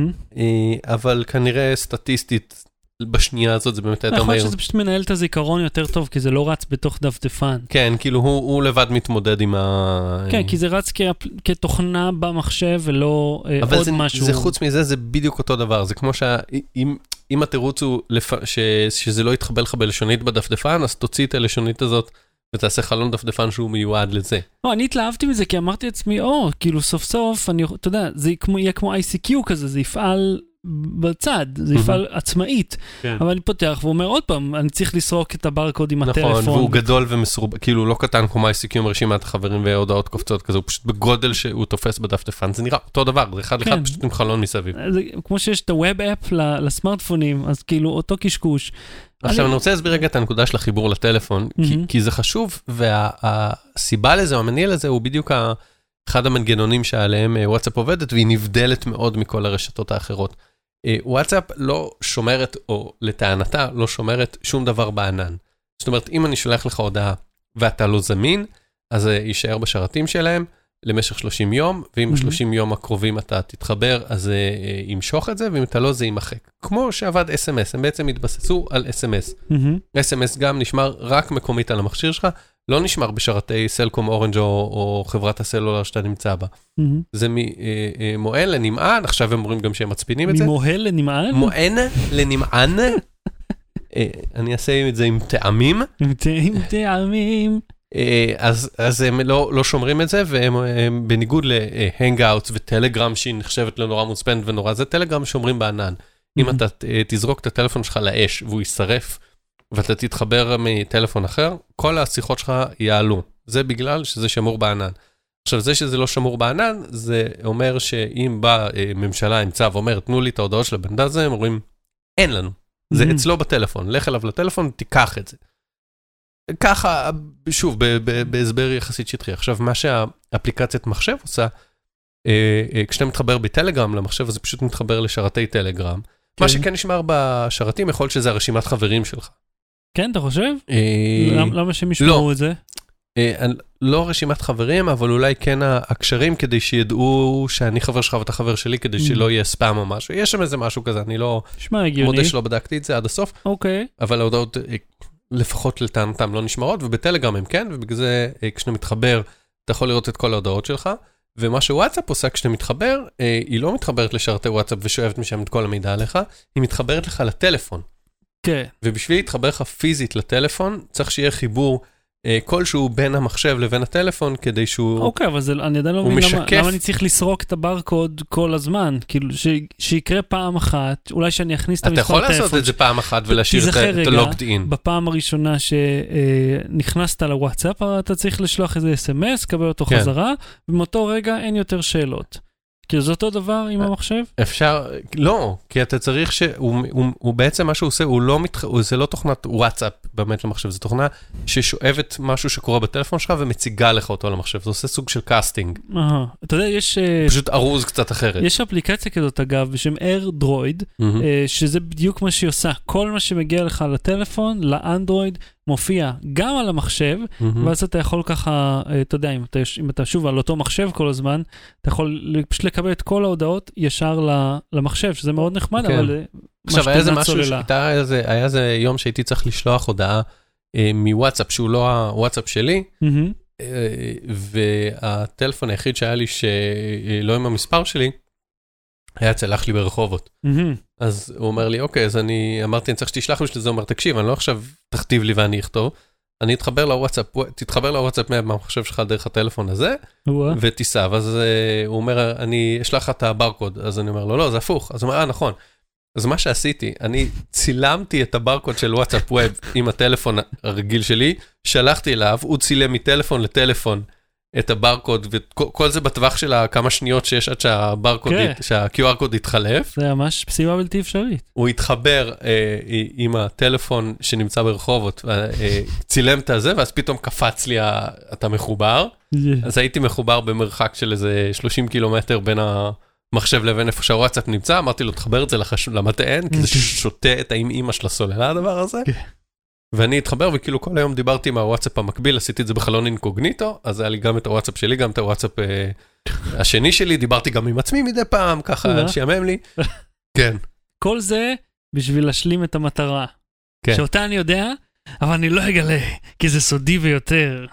אבל כנראה סטטיסטית בשנייה הזאת זה באמת יותר מהיר. יכול להיות שזה פשוט מנהל את הזיכרון יותר טוב, כי זה לא רץ בתוך דפדפן. כן, כאילו הוא לבד מתמודד עם ה... כן, כי זה רץ כתוכנה במחשב ולא עוד משהו. אבל חוץ מזה זה בדיוק אותו דבר, זה כמו שאם התירוץ הוא שזה לא יתחבל לך בלשונית בדפדפן, אז תוציא את הלשונית הזאת, ותעשה חלון דפדפן שהוא מיועד לזה. לא, אני התלהבתי מזה, כי אמרתי לעצמי, או, כאילו סוף סוף, אני, אתה יודע, זה יהיה כמו איי סי קיו כזה, זה יפעל בצד, זה יפעל עצמאית. אבל אני פותח ואומר, עוד פעם, אני צריך לסרוק את הברקוד עם הטלפון. נכון, והוא גדול ומסורב, כאילו לא קטן כמו איי סי קיו עם רשימת החברים והודעות קופצות כזה, הוא פשוט בגודל שהוא תופס בדפדפן, זה נראה אותו דבר, זה אחד אחד פשוט עם חלון מסביב. כמו שיש את הווב אפ לסמארטפונים, אז כאילו אותו קשקוש. עכשיו אני רוצה להסביר רגע את הנקודה של החיבור לטלפון, כי זה חשוב, והסיבה לזה, או המניע לזה, הוא בדיוק אחד המנגנונים שעליהם וואטסאפ עובדת, והיא נבדלת מאוד מכל הרשתות האחרות. וואטסאפ לא שומרת, או לטענתה, לא שומרת שום דבר בענן. זאת אומרת, אם אני שולח לך הודעה, ואתה לא זמין, אז זה יישאר בשרתים שלהם, למשך שלושים יום, ואם שלושים יום הקרובים אתה תתחבר, אז זה ימשוך את זה, ואם אתה לא, זה יימחק. כמו שעבד אס אם אס, הם בעצם התבססו על אס אם אס. אס אם אס גם נשמר רק מקומית על המכשיר שלך, לא נשמר בשרתי סלקום, אורנג' או, או חברת הסלולר שאתה נמצא בה. זה ממוען לנמען, עכשיו הם אומרים גם שהם מצפינים את זה. ממוען לנמען? מוען לנמען. אני אעשה את זה עם טעמים. עם טעמים. אז, אז הם לא, לא שומרים את זה, והם הם, בניגוד להנגאוטס וטלגרם, שהיא נחשבת לנורא מוצפנת ונורא, זה טלגרם שומרים בענן. אם אתה תזרוק את הטלפון שלך לאש, והוא יישרף, ואתה תתחבר מטלפון אחר, כל השיחות שלך יעלו. זה בגלל שזה שמור בענן. עכשיו, זה שזה לא שמור בענן, זה אומר שאם באה ממשלה עם צו, אומר, תנו לי את ההודעות של הבן הזה, הם אומרים, אין לנו. זה אצלו בטלפון, לך אליו לטלפון, תיקח את זה. ככה, שוב, בהסבר יחסית שטחי. עכשיו, מה שהאפליקציית מחשב עושה, כשאתה מתחבר בטלגרם למחשב, אז זה פשוט מתחבר לשרתי טלגרם. מה שכן נשמר בשרתים, יכול להיות שזה הרשימת חברים שלך. כן, אתה חושב? למה שהם ישמרו את זה? לא רשימת חברים, אבל אולי כן הקשרים, כדי שידעו שאני חבר שלך ואתה חבר שלי, כדי שלא יהיה ספאם או משהו. יש שם איזה משהו כזה, אני לא מודה שלא בדקתי את זה עד הסוף. אוקיי. אבל ההודעות, לפחות לטענתם, לא נשמרות, ובטלגרם הם כן, ובגלל זה, כשאתה מתחבר, אתה יכול לראות את כל ההודעות שלך, ומה שוואטסאפ עושה, כשאתה מתחבר, היא לא מתחברת לשרתי וואטסאפ ושואבת משם את כל המידע עליך, היא מתחברת לך לטלפון. כן. ובשביל להתחבר לך פיזית לטלפון, צריך שיהיה חיבור כלשהו בין המחשב לבין הטלפון, כדי שהוא... אוקיי, אבל זה, אני עדיין לא מבין למה, למה אני צריך לסרוק את הברקוד כל הזמן, כאילו ש, שיקרה פעם אחת, אולי שאני אכניס את המספר טלפון. אתה יכול לעשות את זה פעם אחת ולהשאיר את הלוגד אין. בפעם הראשונה שנכנסת לוואטסאפ, אתה צריך לשלוח איזה אס אם אס, קבל אותו חזרה, ומאותו רגע אין יותר שאלות. כאילו זה אותו דבר עם המחשב? אפשר, לא, כי אתה צריך שהוא, הוא, הוא בעצם מה שהוא עושה, הוא לא מתח... זה לא תוכנת וואטסאפ באמת למחשב, זה תוכנה ששואבת משהו שקורה בטלפון שלך ומציגה לך אותו למחשב, זה עושה סוג של קאסטינג. אהה, אתה יודע, יש... פשוט ארוז קצת אחרת. יש אפליקציה כזאת אגב, בשם AirDroid, שזה בדיוק מה שהיא עושה, כל מה שמגיע לך לטלפון, לאנדרואיד, מופיע גם על המחשב, ואז אתה יכול ככה, אתה יודע, אם אתה, אם אתה שוב על אותו מחשב כל הזמן, אתה יכול פשוט לקבל את כל ההודעות ישר למחשב, שזה מאוד נחמד, אבל עכשיו, היה איזה משהו, היה איזה יום שהייתי צריך לשלוח הודעה מוואטסאפ, שהוא לא הוואטסאפ שלי, והטלפון היחיד שהיה לי שלא עם המספר שלי, היה צלח לי ברחובות. אז הוא אומר לי, אוקיי, אז אני אמרתי, אני צריך שתשלח לי שזה, הוא אומר, תקשיב, אני לא עכשיו תכתיב לי ואני אכתוב, אני אתחבר לוואטסאפ, תתחבר לוואטסאפ מהמחשב שלך דרך הטלפון הזה, ותיסע, ואז הוא אומר, אני אשלח את הברקוד, אז אני אומר לו, לא, זה הפוך, אז הוא אומר, אה, נכון. אז מה שעשיתי, אני צילמתי את הברקוד של וואטסאפ ווב עם הטלפון הרגיל שלי, שלחתי אליו, הוא צילם מטלפון לטלפון את הברקוד, וכל זה בטווח של כמה שניות שיש עד שהברקוד, שה-קיו אר קוד יתחלף. זה ממש פסימה בלתי אפשרית. הוא התחבר עם הטלפון שנמצא ברחובות, צילם את זה, ואז פתאום קפץ לי, אתה מחובר. אז הייתי מחובר במרחק של איזה שלושים קילומטר בין ה... מחשב לבין איפה שהוואטסאפ נמצא, אמרתי לו, תחבר את זה למטען, כי זה שותה את האמא של הסוללה, הדבר הזה. ואני התחבר, וכאילו כל היום דיברתי עם הוואטסאפ המקביל, עשיתי את זה בחלון אינקוגניטו, אז היה לי גם את הוואטסאפ שלי, גם את הוואטסאפ השני שלי, דיברתי גם עם עצמי מדי פעם, ככה שיאמם לי. כן. כל זה בשביל להשלים את המטרה. שאותה אני יודע, אבל אני לא אגלה, כי זה סודי ביותר.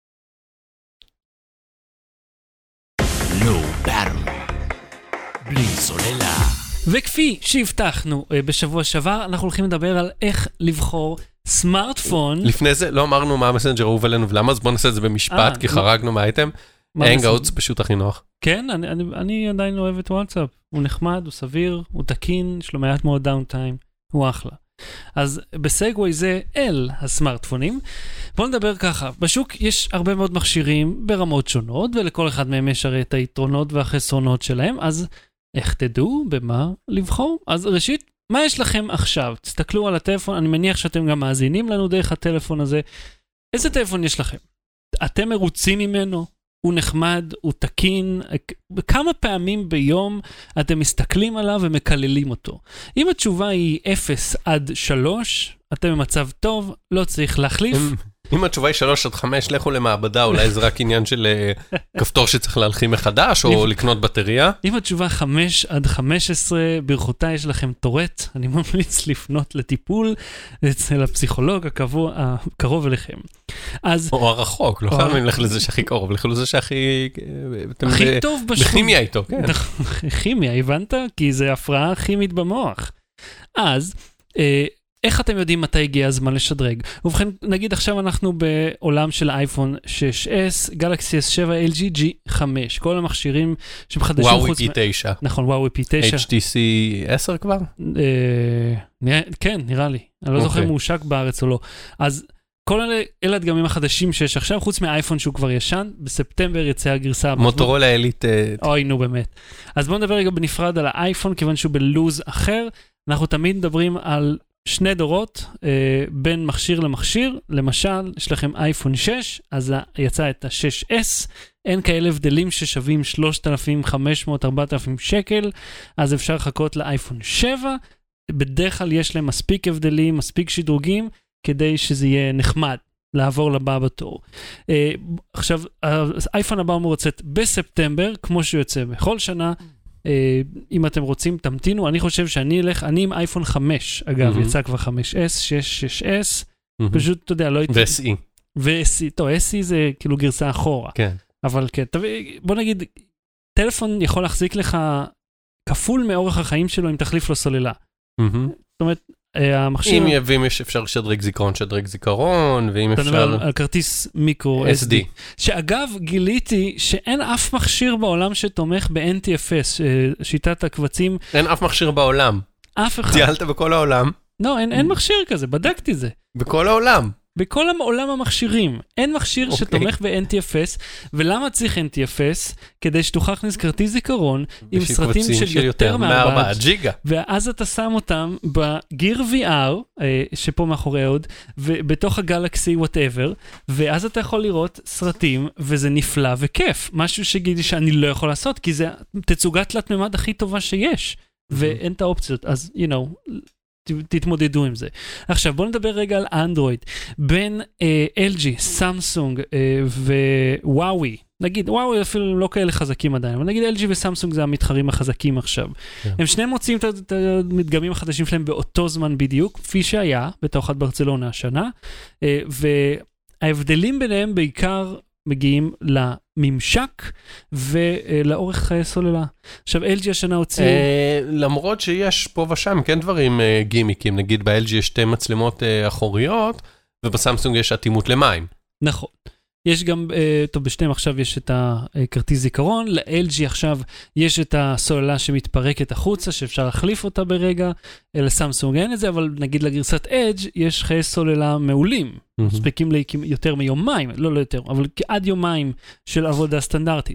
No battery. בלי סוללה. וכפי שהבטחנו בשבוע שעבר, אנחנו הולכים לדבר על איך לבחור סמארטפון. לפני זה לא אמרנו מה המסנג'ר אהוב עלינו ולמה, אז בואו נעשה את זה במשפט, כי חרגנו מהאייטם. הנגאוטס פשוט הכי נוח. כן, אני, אני, אני עדיין אוהב את וואטסאפ. הוא נחמד, הוא סביר, הוא תקין, יש לו מעט מאוד דאון טיים, הוא אחלה. אז בסגווי זה אל הסמארטפונים. בואו נדבר ככה, בשוק יש הרבה מאוד מכשירים ברמות שונות, ולכל אחד מהם יש הרי את היתרונות והחסרונות שלהם, אז איך תדעו במה לבחור? אז ראשית, מה יש לכם עכשיו? תסתכלו על הטלפון, אני מניח שאתם גם מאזינים לנו דרך הטלפון הזה. איזה טלפון יש לכם? אתם מרוצים ממנו? הוא נחמד, הוא תקין, כמה פעמים ביום אתם מסתכלים עליו ומקללים אותו. אם התשובה היא אפס עד שלוש, אתם במצב טוב, לא צריך להחליף. אם התשובה היא שלוש עד חמש, לכו למעבדה, אולי זה רק עניין של כפתור שצריך להלחים מחדש, או לקנות בטריה. אם התשובה חמש עד חמש עשרה, ברכותיי יש לכם טורט, אני ממליץ לפנות לטיפול אצל הפסיכולוג הקרוב אליכם. או הרחוק, לא חייבים ללכת לזה שהכי קרוב, לכו לזה שהכי... הכי טוב בשביל... בכימיה איתו, כן. כימיה, הבנת? כי זה הפרעה כימית במוח. אז... איך אתם יודעים מתי הגיע הזמן לשדרג? ובכן, נגיד עכשיו אנחנו בעולם של אייפון שש אס, גלקסי אס שבע, אל ג'י ג'י חמש, כל המכשירים שמחדשים חוץ... וואוי פי תשע. נכון, וואוי פי תשע. אייץ' טי סי עשר כבר? כן, נראה לי. אני לא זוכר אם הוא הושק בארץ או לא. אז כל אלה הדגמים החדשים שיש עכשיו, חוץ מהאייפון שהוא כבר ישן, בספטמבר יצא הגרסה... מוטורולה אליט... אוי, נו באמת. אז בואו נדבר רגע בנפרד על האייפון, כיוון שהוא בלוז אחר. אנחנו תמיד מדברים על שני דורות אה, בין מכשיר למכשיר, למשל, יש לכם אייפון שש, אז יצא את ה-שש אס, אין כאלה הבדלים ששווים שלושת אלפים וחמש מאות עד ארבעת אלפים שקל, אז אפשר לחכות לאייפון שבע, בדרך כלל יש להם מספיק הבדלים, מספיק שדרוגים, כדי שזה יהיה נחמד, לעבור לבא בתור. אה, עכשיו, האייפון הבא אמור לצאת בספטמבר, כמו שהוא יוצא בכל שנה, אם אתם רוצים, תמתינו. אני חושב שאני אלך, אני עם אייפון חמש, אגב, יצא כבר חמש אס, שש, שש אס, פשוט, אתה יודע, לא הייתי... ו-אס אי. ו-אס אי, טוב, אס אי זה כאילו גרסה אחורה. כן. אבל כן, בוא נגיד, טלפון יכול להחזיק לך כפול מאורך החיים שלו אם תחליף לו סוללה. זאת אומרת, המכשיר... אם יבים יש אפשר שדרג זיכרון, שדרג זיכרון, ואם אפשר... אתה מדבר על כרטיס מיקרו אס די. שאגב, גיליתי שאין אף מכשיר בעולם שתומך ב-אן טי אף אס, שיטת הקבצים... אין אף מכשיר בעולם. אף אחד. טיילת בכל העולם. לא, אין, אין מכשיר כזה, בדקתי זה. בכל העולם. בכל העולם המכשירים. אין מכשיר okay. שתומך ב-אן טי אף אס, ולמה צריך אן טי אף אס? כדי שתוכל להכניס כרטיס זיכרון עם סרטים של, של יותר מארבעה ג'יגה. ואז אתה שם אותם בגיר וי אר, שפה מאחורי עוד, ובתוך הגלקסי whatever, ואז אתה יכול לראות סרטים, וזה נפלא וכיף. משהו שגידי שאני לא יכול לעשות, כי זה תצוגת תלת ממד הכי טובה שיש, ואין את האופציות. אז, you know... תתמודדו עם זה. עכשיו, בואו נדבר רגע על אנדרואיד. בין אל ג'י, סמסונג ווואוי, נגיד, וואוי אפילו לא כאלה חזקים עדיין, אבל נגיד אל ג'י וסמסונג זה המתחרים החזקים עכשיו. הם שניהם מוצאים את המדגמים החדשים שלהם באותו זמן בדיוק, כפי שהיה בתוכת ברצלונה השנה, וההבדלים ביניהם בעיקר מגיעים לממשק ולאורך סוללה. עכשיו, אל ג'י השנה הוציאו... למרות שיש פה ושם, כן דברים גימיקים, נגיד ב-אל ג'י יש שתי מצלמות אחוריות, ובסמסונג יש אטימות למים. נכון. יש גם, טוב, בשתיהם עכשיו יש את הכרטיס זיכרון, ל-אל ג'י עכשיו יש את הסוללה שמתפרקת החוצה, שאפשר להחליף אותה ברגע, לסמסונג אין את זה, אבל נגיד לגרסת אדג' יש חיי סוללה מעולים, מספיקים לי יותר מיומיים, לא, לא יותר, אבל עד יומיים של עבודה סטנדרטית.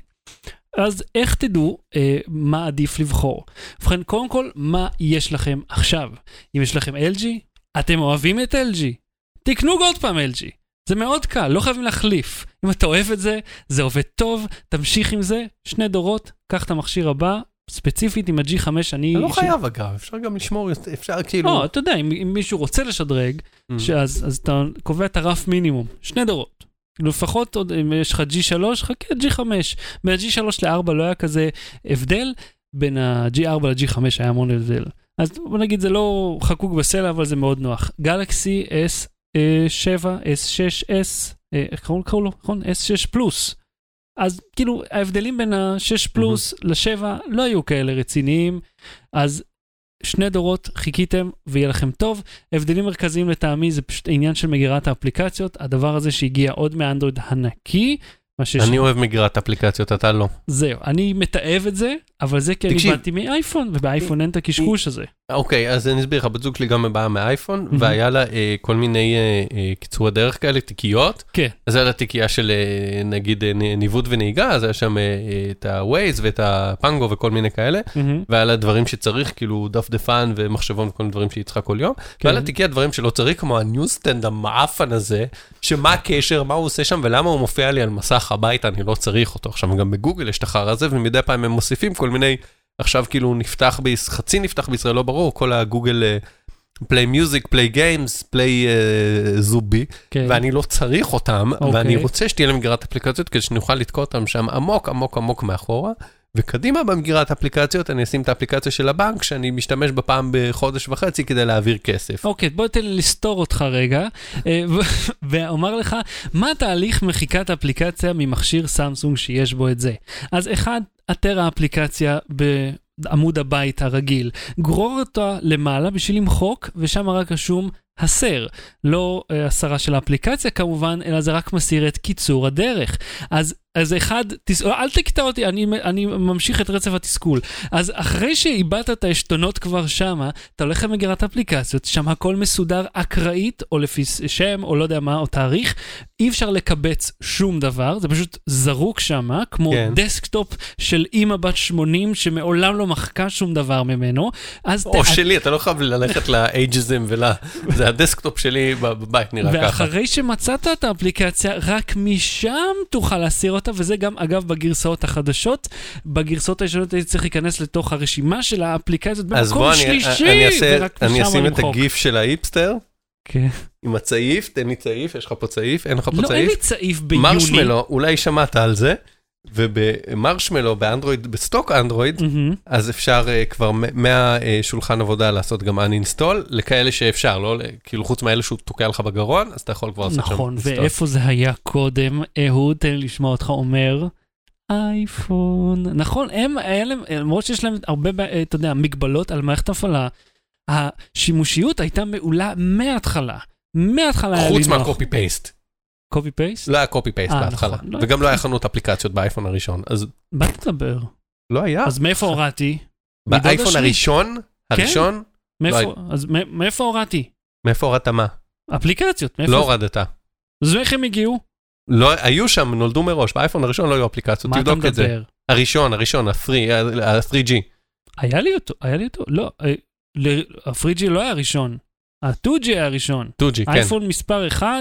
אז איך תדעו אה, מה עדיף לבחור? ובכן, קודם כל, מה יש לכם עכשיו? אם יש לכם אל ג'י, אתם אוהבים את אל ג'י, תקנו עוד פעם אל ג'י. זה מאוד קל, לא חייבים להחליף. אם אתה אוהב את זה, זה עובד טוב, תמשיך עם זה, שני דורות, קח את המכשיר הבא, ספציפית עם ה-ג'י חמש, אני... לא חייב אגב, אפשר גם לשמור, אפשר כאילו... לא, אתה יודע, אם, אם מישהו רוצה לשדרג, שאז, אז אתה קובע את הרף מינימום, שני דורות. לפחות עוד, אם יש לך ג'י שלוש, חכה ג'י חמש. מה-ג'י שלוש ל-ארבע לא היה כזה הבדל, בין ה-ג'י ארבע ל-ג'י חמש היה המון הבדל. אז בוא נגיד, זה לא חקוק בסלע, אבל זה מאוד נוח. גלקסי אס שבע, אס שש אס, איך קראו לו? נכון? אס שש פלוס. אז כאילו, ההבדלים בין ה-שש פלוס ל-שבע לא היו כאלה רציניים, אז שני דורות חיכיתם ויהיה לכם טוב. הבדלים מרכזיים לטעמי זה פשוט עניין של מגירת האפליקציות, הדבר הזה שהגיע עוד מהאנדרואיד הנקי, אני אוהב מגרת אפליקציות, אתה לא. זהו, אני מתאהב את זה, אבל זה כי אני באתי מאייפון, ובאייפון אין את הקשקוש הזה. אוקיי, אז אני אסביר לך, בת זוג שלי גם באה מאייפון, והיה לה כל מיני קיצורי דרך כאלה, תיקיות. כן. אז היה לה תיקייה של נגיד ניווט ונהיגה, אז היה שם את ה-Waze ואת הפנגו וכל מיני כאלה, והיה לה דברים שצריך, כאילו דפדפן ומחשבון וכל מיני דברים שהיא צריכה כל יום, והיה לה תיקייה דברים שלא צריך, כמו הניוסטנד המאפן הזה, שמה הקשר, מה הוא עושה שם, ולמה הוא מופיע לי על מסך הביתה, אני לא צריך אותו. עכשיו גם בגוגל יש את החר הזה, ומדי פעם הם מוסיפים כל מיני, עכשיו כאילו נפתח, חצי נפתח בישראל, לא ברור, כל הגוגל פליי מיוזיק, פליי גיימס, פליי זובי, ואני לא צריך אותם, ואני רוצה שתהיה להם מגירת אפליקציות, כדי שנוכל לתקוע אותם שם עמוק, עמוק, עמוק מאחורה, וקדימה במגירת אפליקציות, אני אשים את האפליקציה של הבנק, שאני משתמש בפעם בחודש וחצי, כדי להעביר כסף. אוקיי, בוא תן לי לסתור אותך רגע, ואומר לך, מה תהליך מחיקת אפליקציה ממכשיר סמסונג שיש בו את זה? אז אחד, אתר האפליקציה בעמוד הבית הרגיל, גרור אותה למעלה בשביל למחוק, ושם רק רשום הסר, לא הסרה של האפליקציה כמובן, אלא זה רק מסיר את קיצור הדרך. אז אז אחד, תס... אל תקטע אותי, אני, אני ממשיך את רצף התסכול. אז אחרי שאיבדת את האשתונות כבר שמה, אתה הולך למגירת אפליקציות, שם הכל מסודר אקראית, או לפי שם, או לא יודע מה, או תאריך, אי אפשר לקבץ שום דבר, זה פשוט זרוק שמה, כמו כן. דסקטופ של אמא בת שמונים, שמעולם לא מחקה שום דבר ממנו. אז או ת... שלי, אתה לא חייב ללכת לאייג'זם ולה... זה הדסקטופ שלי בבית נראה ככה. ואחרי שמצאת את האפליקציה, רק משם תוכל להסיר אותה, וזה גם אגב בגרסאות החדשות, בגרסאות הישנות הייתי צריך להיכנס לתוך הרשימה של האפליקציות במקום שלישי, ורק משם אני אשים את הגיף של האיפסטר, כן. עם הצעיף, תן לי צעיף, יש לך פה צעיף, אין לך פה צעיף? לא, אין לי צעיף ביוני. מרשמלו, אולי שמעת על זה, ובמרשמלו, באנדרואיד, בסטוק אנדרואיד, אז אפשר כבר מהשולחן עבודה לעשות גם uninstall, לכאלה שאפשר, לא? כאילו חוץ מאלה שהוא תוקע לך בגרון, אז אתה יכול כבר לעשות שם. נכון, ואיפה זה היה קודם, אהוד, תן לי לשמוע אותך אומר, אייפון, נכון, הם, למרות שיש להם הרבה, אתה יודע, מגבלות על מערכת הפעלה, השימושיות הייתה מעולה מההתחלה, מההתחלה. חוץ מהקופי פייסט. קופי פייסט? לא היה קופי פייסט בהתחלה, וגם לא היה חנות אפליקציות באייפון הראשון, אז... באת לדבר. לא היה. אז מאיפה הורדתי? באייפון הראשון? הראשון? אז מאיפה הורדתי? מאיפה הורדת מה? אפליקציות. לא הורדת. אז איך הם הגיעו? לא, היו שם, נולדו מראש, באייפון הראשון לא היו אפליקציות, תבדוק את זה. הראשון, הראשון, ה-תרי ג'י. היה לי אותו, היה לי אותו, לא, ה-תרי ג'י לא היה הראשון, ה-טו ג'י היה הראשון. טו ג'י, כן. אייפון מספר אחד,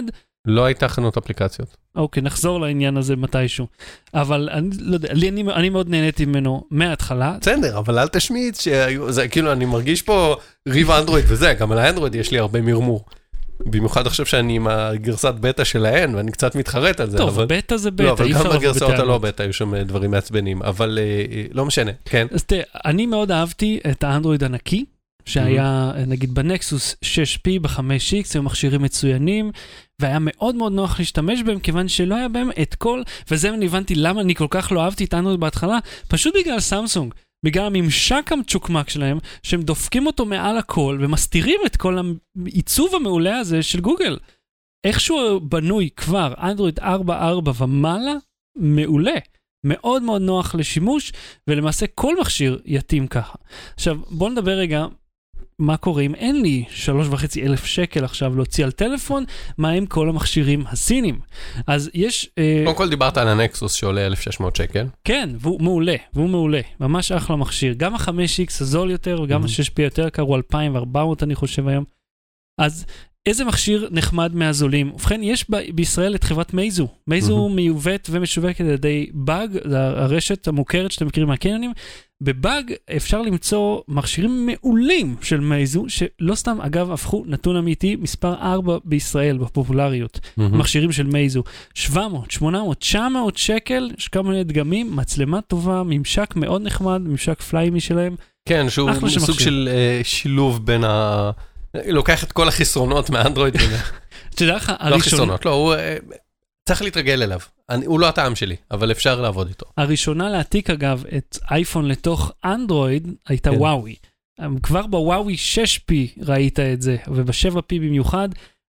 לא הייתה חנות אפליקציות. אוקיי, נחזור לעניין הזה מתישהו. אבל אני לא יודע, לי, אני, אני מאוד נהניתי ממנו מההתחלה. בסדר, אבל אל תשמיץ, שזה, כאילו, אני מרגיש פה ריב אנדרואיד וזה, גם על האנדרואיד יש לי הרבה מרמור. במיוחד עכשיו שאני עם הגרסת בטא שלהן, ואני קצת מתחרט על זה. טוב, אבל... בטא זה בטא. לא, אבל גם בגרסאות הלא בטא היו שם דברים מעצבנים, אבל לא משנה, כן. אז תראה, אני מאוד אהבתי את האנדרואיד הנקי, שהיה נגיד בנקסוס שש פי ב-חמש איקס, היו מכשירים מצוינים, והיה מאוד מאוד נוח להשתמש בהם, כיוון שלא היה בהם את כל, וזה אני הבנתי למה אני כל כך לא אהבתי את האנדרואיד בהתחלה, פשוט בגלל סמסונג, בגלל הממשק המצ'וקמק שלהם, שהם דופקים אותו מעל הכל, ומסתירים את כל העיצוב המעולה הזה של גוגל. איכשהו בנוי כבר, אנדרואיד ארבע נקודה ארבע ומעלה, מעולה. מאוד מאוד נוח לשימוש, ולמעשה כל מכשיר יתאים ככה. עכשיו, בואו נדבר רגע, מה קורה אם אין לי שלוש וחצי אלף שקל עכשיו להוציא על טלפון, מה עם כל המכשירים הסינים? אז יש... קודם כל דיברת על הנקסוס שעולה אלף ושש מאות שקל. כן, והוא מעולה, והוא מעולה. ממש אחלה מכשיר. גם ה-חמש איקס הזול יותר, וגם ה-שש פי יותר יקר, הוא אלפיים וארבע מאות אני חושב היום. אז... איזה מכשיר נחמד מהזולים? ובכן, יש ב- בישראל את חברת מייזו. מייזו mm-hmm. מיובאת ומשווקת על ידי באג, הרשת המוכרת שאתם מכירים מהקניונים. בבאג אפשר למצוא מכשירים מעולים של מייזו, שלא סתם, אגב, הפכו נתון אמיתי, מספר ארבע בישראל בפופולריות. Mm-hmm. מכשירים של מייזו. שבע מאות, שמונה מאות, תשע מאות שקל, יש כמה מיני דגמים, מצלמה טובה, ממשק מאוד נחמד, ממשק פליימי שלהם. כן, שהוא סוג של uh, שילוב בין ה... לוקח את כל החסרונות מהאנדרואיד. תדע לך, לא חסרונות, לא, הוא צריך להתרגל אליו. הוא לא הטעם שלי, אבל אפשר לעבוד איתו. הראשונה להעתיק אגב את אייפון לתוך אנדרואיד הייתה וואוי. כבר בוואוי שש פי ראית את זה, וב-שבע פי במיוחד,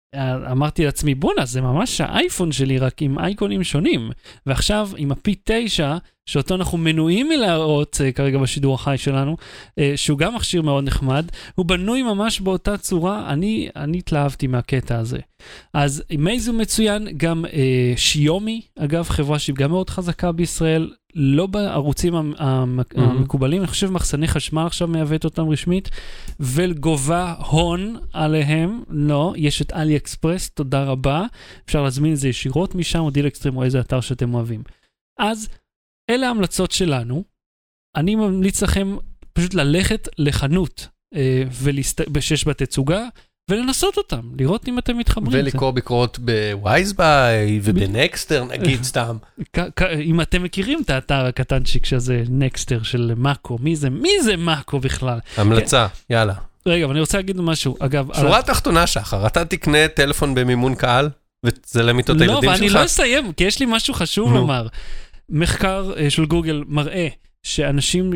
אמרתי לעצמי, בונה, זה ממש האייפון שלי, רק עם אייקונים שונים. ועכשיו, עם ה-פי תשע, שאותו אנחנו מנויים מלהראות כרגע בשידור החי שלנו, שהוא גם מכשיר מאוד נחמד, הוא בנוי ממש באותה צורה, אני, אני התלהבתי מהקטע הזה. אז מייזו מצוין, גם אה, שיומי, אגב, חברה שהיא גם מאוד חזקה בישראל, לא בערוצים המקובלים, אני חושב מחסני חשמל עכשיו מייבאת אותם רשמית, וגובה הון עליהם, לא, יש את אלי אקספרס, תודה רבה, אפשר להזמין את זה ישירות משם, או דיל אקסטרים, או איזה אתר שאתם אוהבים. אז, אלה ההמלצות שלנו, אני ממליץ לכם פשוט ללכת לחנות, אה, ולהסת... בשש בתצוגה, ולנסות אותם, לראות אם אתם מתחברים. ולקרוא ביקורות בווייזביי ובנקסטר, נגיד סתם. אם אתם מכירים את האתר הקטנצ'יק שזה נקסטר של מאקו, מי זה? מי זה מאקו בכלל? המלצה, יאללה. רגע, אבל אני רוצה להגיד משהו, אגב... שורה תחתונה שחר, אתה תקנה טלפון במימון קהל, ותזלם איתו את הילדים שלך? לא, ואני לא אסיים, כי יש לי משהו חשוב לומר. מחקר של גוגל מראה שאנשים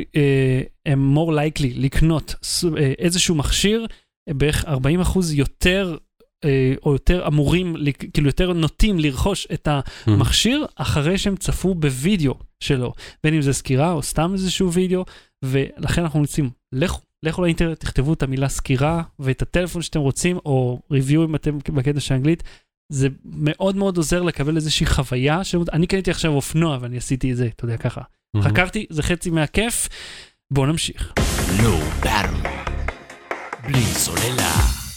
הם more likely לקנות איזשהו מכשיר, בערך ארבעים אחוז יותר, או יותר אמורים, כאילו יותר נוטים לרכוש את המכשיר, אחרי שהם צפו בווידאו שלו, בין אם זה סקירה או סתם איזשהו וידאו, ולכן אנחנו מציעים, לכו, לכו לאינטרנט, תכתבו את המילה סקירה, ואת הטלפון שאתם רוצים, או ריוויו אם אתם בקטע של אנגלית, זה מאוד מאוד עוזר לקבל איזושהי חוויה, אני קניתי עכשיו אופנוע, ואני עשיתי את זה, אתה יודע, ככה. חקרתי, זה חצי מהכיף, בואו נמשיך. לא ברם. בלי סוללה.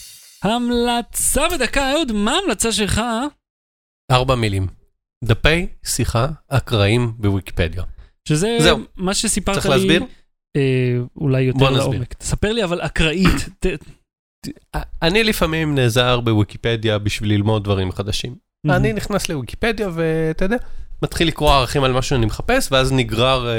המלצה בדקה, אהוד, מה ההמלצה שלך? ארבע מילים. דפי שיחה אקראיים בוויקיפדיה. שזה זהו. מה שסיפרת לי. צריך להסביר? אה, אולי יותר לעומק. תספר לי, אבל אקראית. ת... אני לפעמים נעזר בוויקיפדיה בשביל ללמוד דברים חדשים. Mm-hmm. אני נכנס לוויקיפדיה ואתה יודע, מתחיל לקרוא ערכים על מה שאני מחפש, ואז נגרר אה,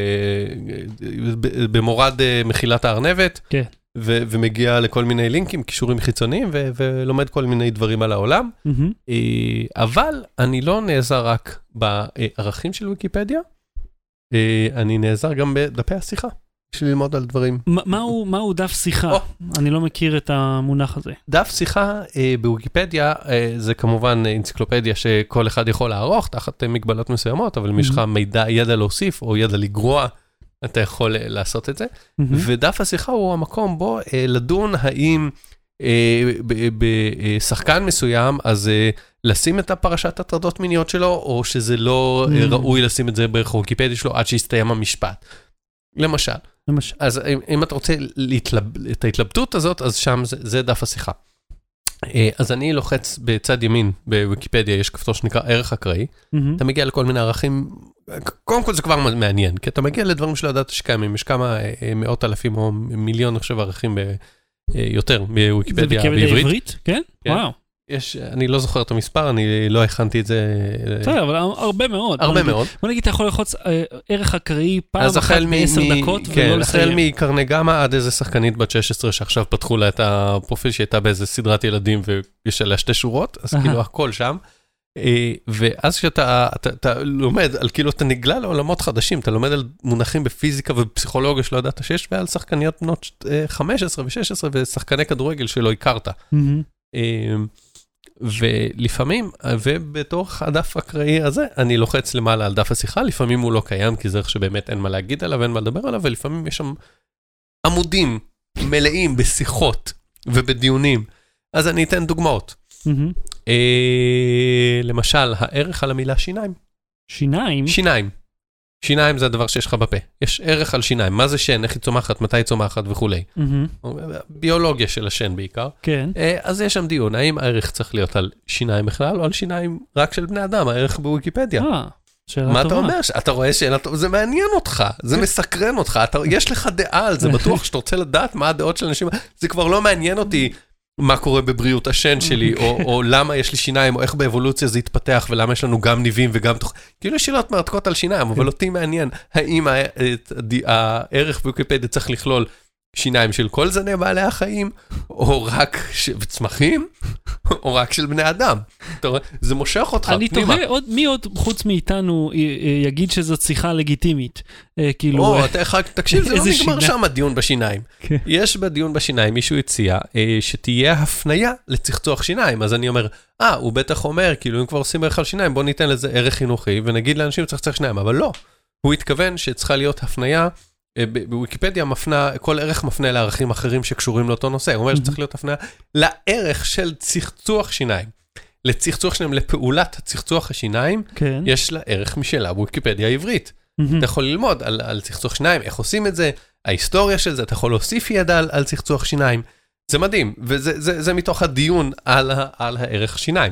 במורד אה, מחילת הארנבת. כן. Okay. ו- ומגיע לכל מיני לינקים, קישורים חיצוניים, ו- ולומד כל מיני דברים על העולם. Mm-hmm. אבל אני לא נעזר רק בערכים של ויקיפדיה, אני נעזר גם בדפי השיחה, בשביל ללמוד על דברים. ما, מהו, מהו דף שיחה? Oh. אני לא מכיר את המונח הזה. דף שיחה בוויקיפדיה, זה כמובן אנציקלופדיה שכל אחד יכול לערוך, תחת מגבלות מסוימות, אבל אם יש לך מידע, ידע להוסיף, או ידע לגרוע, אתה יכול לעשות את זה, mm-hmm. ודף השיחה הוא המקום בו אה, לדון האם אה, בשחקן מסוים, אז אה, לשים את הפרשת הטרדות מיניות שלו, או שזה לא mm-hmm. אה, ראוי לשים את זה בוויקיפדיה שלו, עד שיסתיים המשפט. למשל. למשל. אז אם, אם אתה רוצה להתלב, את ההתלבטות הזאת, אז שם זה, זה דף השיחה. אז אני לוחץ בצד ימין בוויקיפדיה, יש כפתור שנקרא ערך אקראי, אתה מגיע לכל מיני ערכים, קודם כל זה כבר מעניין, כי אתה מגיע לדברים שלא ידעת שקיימים, יש כמה מאות אלפים או מיליון, אני חושב, ערכים יותר בוויקיפדיה בעברית. זה בוויקיפדיה עברית? כן? וואו. יש, אני לא זוכר את המספר, אני לא הכנתי את זה. בסדר, אבל הרבה מאוד. הרבה מאוד. בוא נגיד, אתה יכול לחוץ ערך אקראי פעם אחת בעשר דקות, ולא לסיים. החל מקרני גמא עד איזה שחקנית בת שש עשרה, שעכשיו פתחו לה את הפרופיל שהייתה באיזה סדרת ילדים, ויש עליה שתי שורות, אז כאילו הכל שם. ואז כשאתה לומד, על כאילו אתה נגלה לעולמות חדשים, אתה לומד על מונחים בפיזיקה ובפסיכולוגיה שלא ידעת שיש, ועל שחקניות בנות חמש עשרה ו-שש עשרה, ושחקני כדורגל שלא הכרת. ולפעמים, ובתוך הדף אקראי הזה, אני לוחץ למעלה על דף השיחה, לפעמים הוא לא קיים, כי זה איך שבאמת אין מה להגיד עליו, אין מה לדבר עליו, ולפעמים יש שם עמודים מלאים בשיחות ובדיונים. אז אני אתן דוגמאות. למשל, הערך על המילה שיניים. שיניים? שיניים. שיניים זה הדבר שיש לך בפה. יש ערך על שיניים. מה זה שן? איך היא צומחת? מתי היא צומחת? וכולי. ביולוגיה של השן בעיקר. כן. אז יש שם דיון. האם הערך צריך להיות על שיניים בכלל, או על שיניים רק של בני אדם? הערך בוויקיפדיה. אה, שאלה טובה. מה אתה אומר? אתה רואה שאלה טובה? זה מעניין אותך. זה מסקרן אותך. יש לך דעה על זה. בטוח שאתה רוצה לדעת מה הדעות של אנשים. זה כבר לא מעניין אותי מה קורה בבריאות השן שלי, או, או למה יש לי שיניים, או איך באבולוציה זה יתפתח, ולמה יש לנו גם ניבים וגם תוך... כאילו שאלות מרתקות על שיניים, אבל אותי מעניין, האם הערך בוויקיפדיה צריך לכלול שיניים של כל זני בעלי החיים, או רק צמחים, או רק של בני אדם. זה מושך אותך אני פנימה. תוהה, עוד, מי עוד חוץ מאיתנו יגיד שזאת שיחה לגיטימית? כאילו... או, תקשיב, זה לא נגמר שם הדיון בשיניים. יש בדיון בשיניים, מישהו הציע שתהיה הפניה לצחצוח שיניים, אז אני אומר, אה, הוא בטח אומר, כאילו, אם כבר עושים ערך על שיניים, בוא ניתן לזה ערך חינוכי, ונגיד לאנשים לצחצח שיניים, אבל לא. הוא התכוון שצריכה להיות הפניה, בוויקיפדיה מפנה, כל ערך מפנה לערכים אחרים שקשורים לאותו נושא. הוא אומר שצריך להיות הפניה לערך של צחצוח שיניים. לצחצוח שיניים, לפעולת צחצוח השיניים, יש לה ערך משלה בוויקיפדיה העברית. אתה יכול ללמוד על, על צחצוח שיניים, איך עושים את זה, ההיסטוריה של זה, אתה יכול להוסיף ידע על, על צחצוח שיניים. זה מדהים, וזה זה, זה מתוך הדיון על, על הערך שיניים.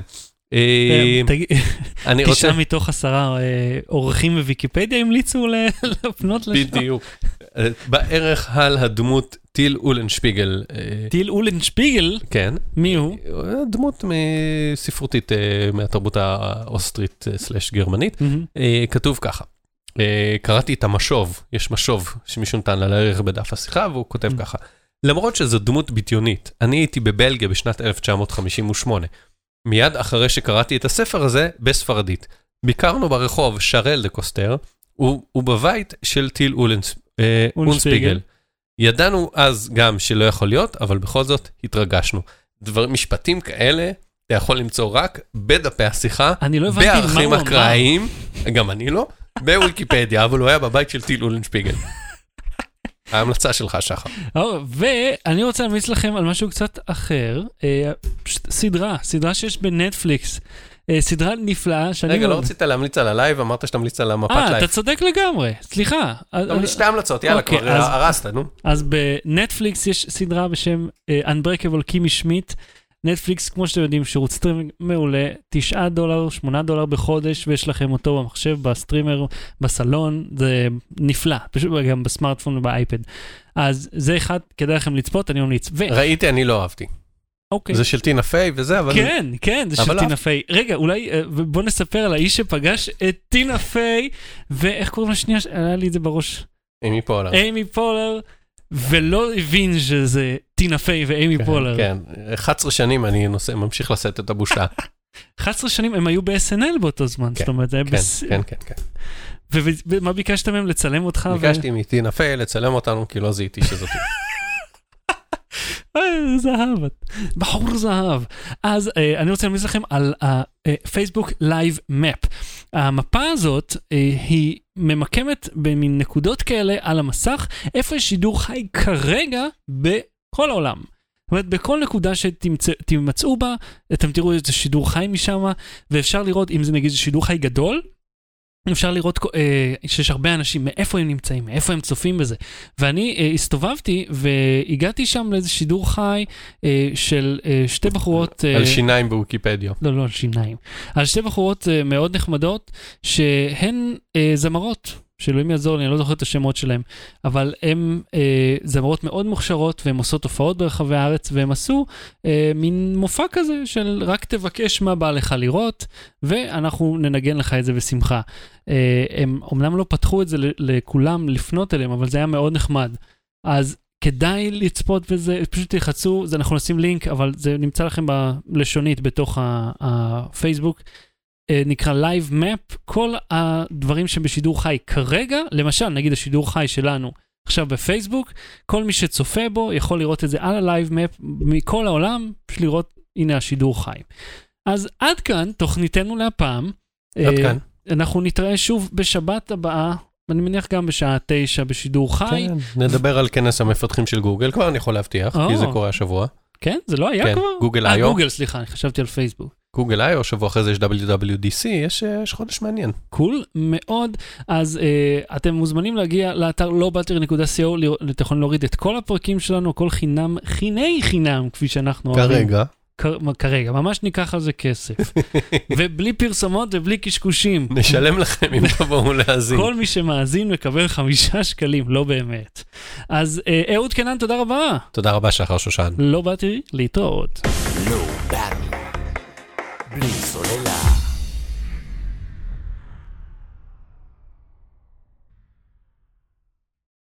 תשעה מתוך עשרה עורכים בוויקיפדיה המליצו לפנות לשם. בדיוק. בערך על הדמות טיל אולנשפיגל. טיל אולנשפיגל? כן. מי הוא? דמות ספרותית מהתרבות האוסטרית סלש גרמנית. כתוב ככה. קראתי את המשוב, יש משוב שמישהו נתן על הערך בדף השיחה, והוא כותב ככה. למרות שזו דמות ביטיונית, אני הייתי בבלגיה בשנת אלף תשע מאות חמישים ושמונה. מיד אחרי שקראתי את הספר הזה בספרדית. ביקרנו ברחוב שרל דה קוסטר, ובבית של טיל אולנספיגל. ידענו אז גם שלא יכול להיות, אבל בכל זאת התרגשנו. דבר, משפטים כאלה, אתה יכול למצוא רק בדפי השיחה, בערכים אקראיים, גם אני לא, בוויקיפדיה, אבל הוא היה בבית של טיל אולנספיגל. ההמלצה שלך, שחר. ואני רוצה להמליץ לכם על משהו קצת אחר, סדרה, סדרה שיש בנטפליקס, סדרה נפלאה. רגע, לא רצית להמליץ על הלייב, אמרת שאתה ממליץ על המפת לייב. אה, אתה צודק לגמרי, סליחה. שתי המלצות, יאללה, כבר הרסת, נו. אז בנטפליקס יש סדרה בשם Unbreakable קימי שמיט, נטפליקס, כמו שאתם יודעים, שירות סטרימינג מעולה, תשעה דולר, שמונה דולר בחודש, ויש לכם אותו במחשב, בסטרימר, בסלון, זה נפלא, פשוט גם בסמארטפון ובאייפד. אז זה אחד, כדאי לכם לצפות, אני ממליץ. ראיתי, אני לא אהבתי. אוקיי. זה של טינה פיי וזה, אבל... כן, כן, זה של טינה פיי. רגע, אולי, בוא נספר על האיש שפגש את טינה פיי, ואיך קוראים לשנייה, היה לי את זה בראש. אימי פולר. אימי פולר. ולא הבין שזה טינה פיי ואימי פולר. כן, אחת עשרה שנים אני נושא, ממשיך לשאת את הבושה. אחת עשרה שנים הם היו ב-אס אן אל באותו זמן, זאת אומרת, זה היה בס... כן, כן, כן. ומה ביקשת מהם? לצלם אותך? ביקשתי מטינה פיי לצלם אותנו, כי לא זיהיתי שזאתי. זהב, בחור זהב. אז אני רוצה להמליץ לכם על הפייסבוק לייב מפ. המפה הזאת היא ממקמת במין נקודות כאלה על המסך, איפה יש שידור חי כרגע בכל העולם. זאת אומרת, בכל נקודה שתמצאו בה, אתם תראו איזה שידור חי משם, ואפשר לראות אם זה נגיד שידור חי גדול, אפשר לראות אה, שיש הרבה אנשים, מאיפה הם נמצאים, מאיפה הם צופים בזה. ואני אה, הסתובבתי והגעתי שם לאיזה שידור חי אה, של אה, שתי בחורות... אה, על שיניים בוויקיפדיה. לא, לא על שיניים. על שתי בחורות אה, מאוד נחמדות, שהן אה, זמרות. שאלוהים יעזור לי, אני לא זוכר את השמות שלהם, אבל הן אה, זמרות מאוד מוכשרות, והן עושות הופעות ברחבי הארץ, והן עשו אה, מין מופע כזה של רק תבקש מה בא לך לראות, ואנחנו ננגן לך את זה בשמחה. אה, הם אומנם לא פתחו את זה לכולם לפנות אליהם, אבל זה היה מאוד נחמד. אז כדאי לצפות בזה, פשוט תלחצו, זה אנחנו נשים לינק, אבל זה נמצא לכם בלשונית בתוך הפייסבוק, נקרא Live Map, כל הדברים שבשידור חי כרגע, למשל, נגיד השידור חי שלנו, עכשיו בפייסבוק, כל מי שצופה בו יכול לראות את זה על ה-Live Map מכל העולם, פשוט לראות, הנה השידור חי. אז עד כאן, תוכניתנו להפעם. עד כאן. אנחנו נתראה שוב בשבת הבאה, אני מניח גם בשעה תשע בשידור חי. כן, נדבר על כנס המפתחים של גוגל, כבר אני יכול להבטיח, כי זה קורה השבוע. כן? זה לא היה כן, כבר? גוגל אה, איו. גוגל, סליחה, אני חשבתי על פייסבוק. גוגל איו, שבוע אחרי זה יש דאבליו דאבליו די סי, יש, יש חודש מעניין. קול מאוד. אז uh, אתם מוזמנים להגיע לאתר לא באטרי נקודה סי או, אתם יכולים להוריד את כל הפרקים שלנו, הכל חינם, חיני חינם, כפי שאנחנו כרגע. כ- כרגע, ממש ניקח על זה כסף. ובלי פרסומות ובלי קשקושים. נשלם לכם אם תבואו להאזין. כל מי שמאזין מקבל חמישה שקלים, לא באמת. אז uh, אהוד קנן, תודה רבה. תודה רבה שחר שושן. לא באטרי, להתראות. לא באטרי. בלי סוללה.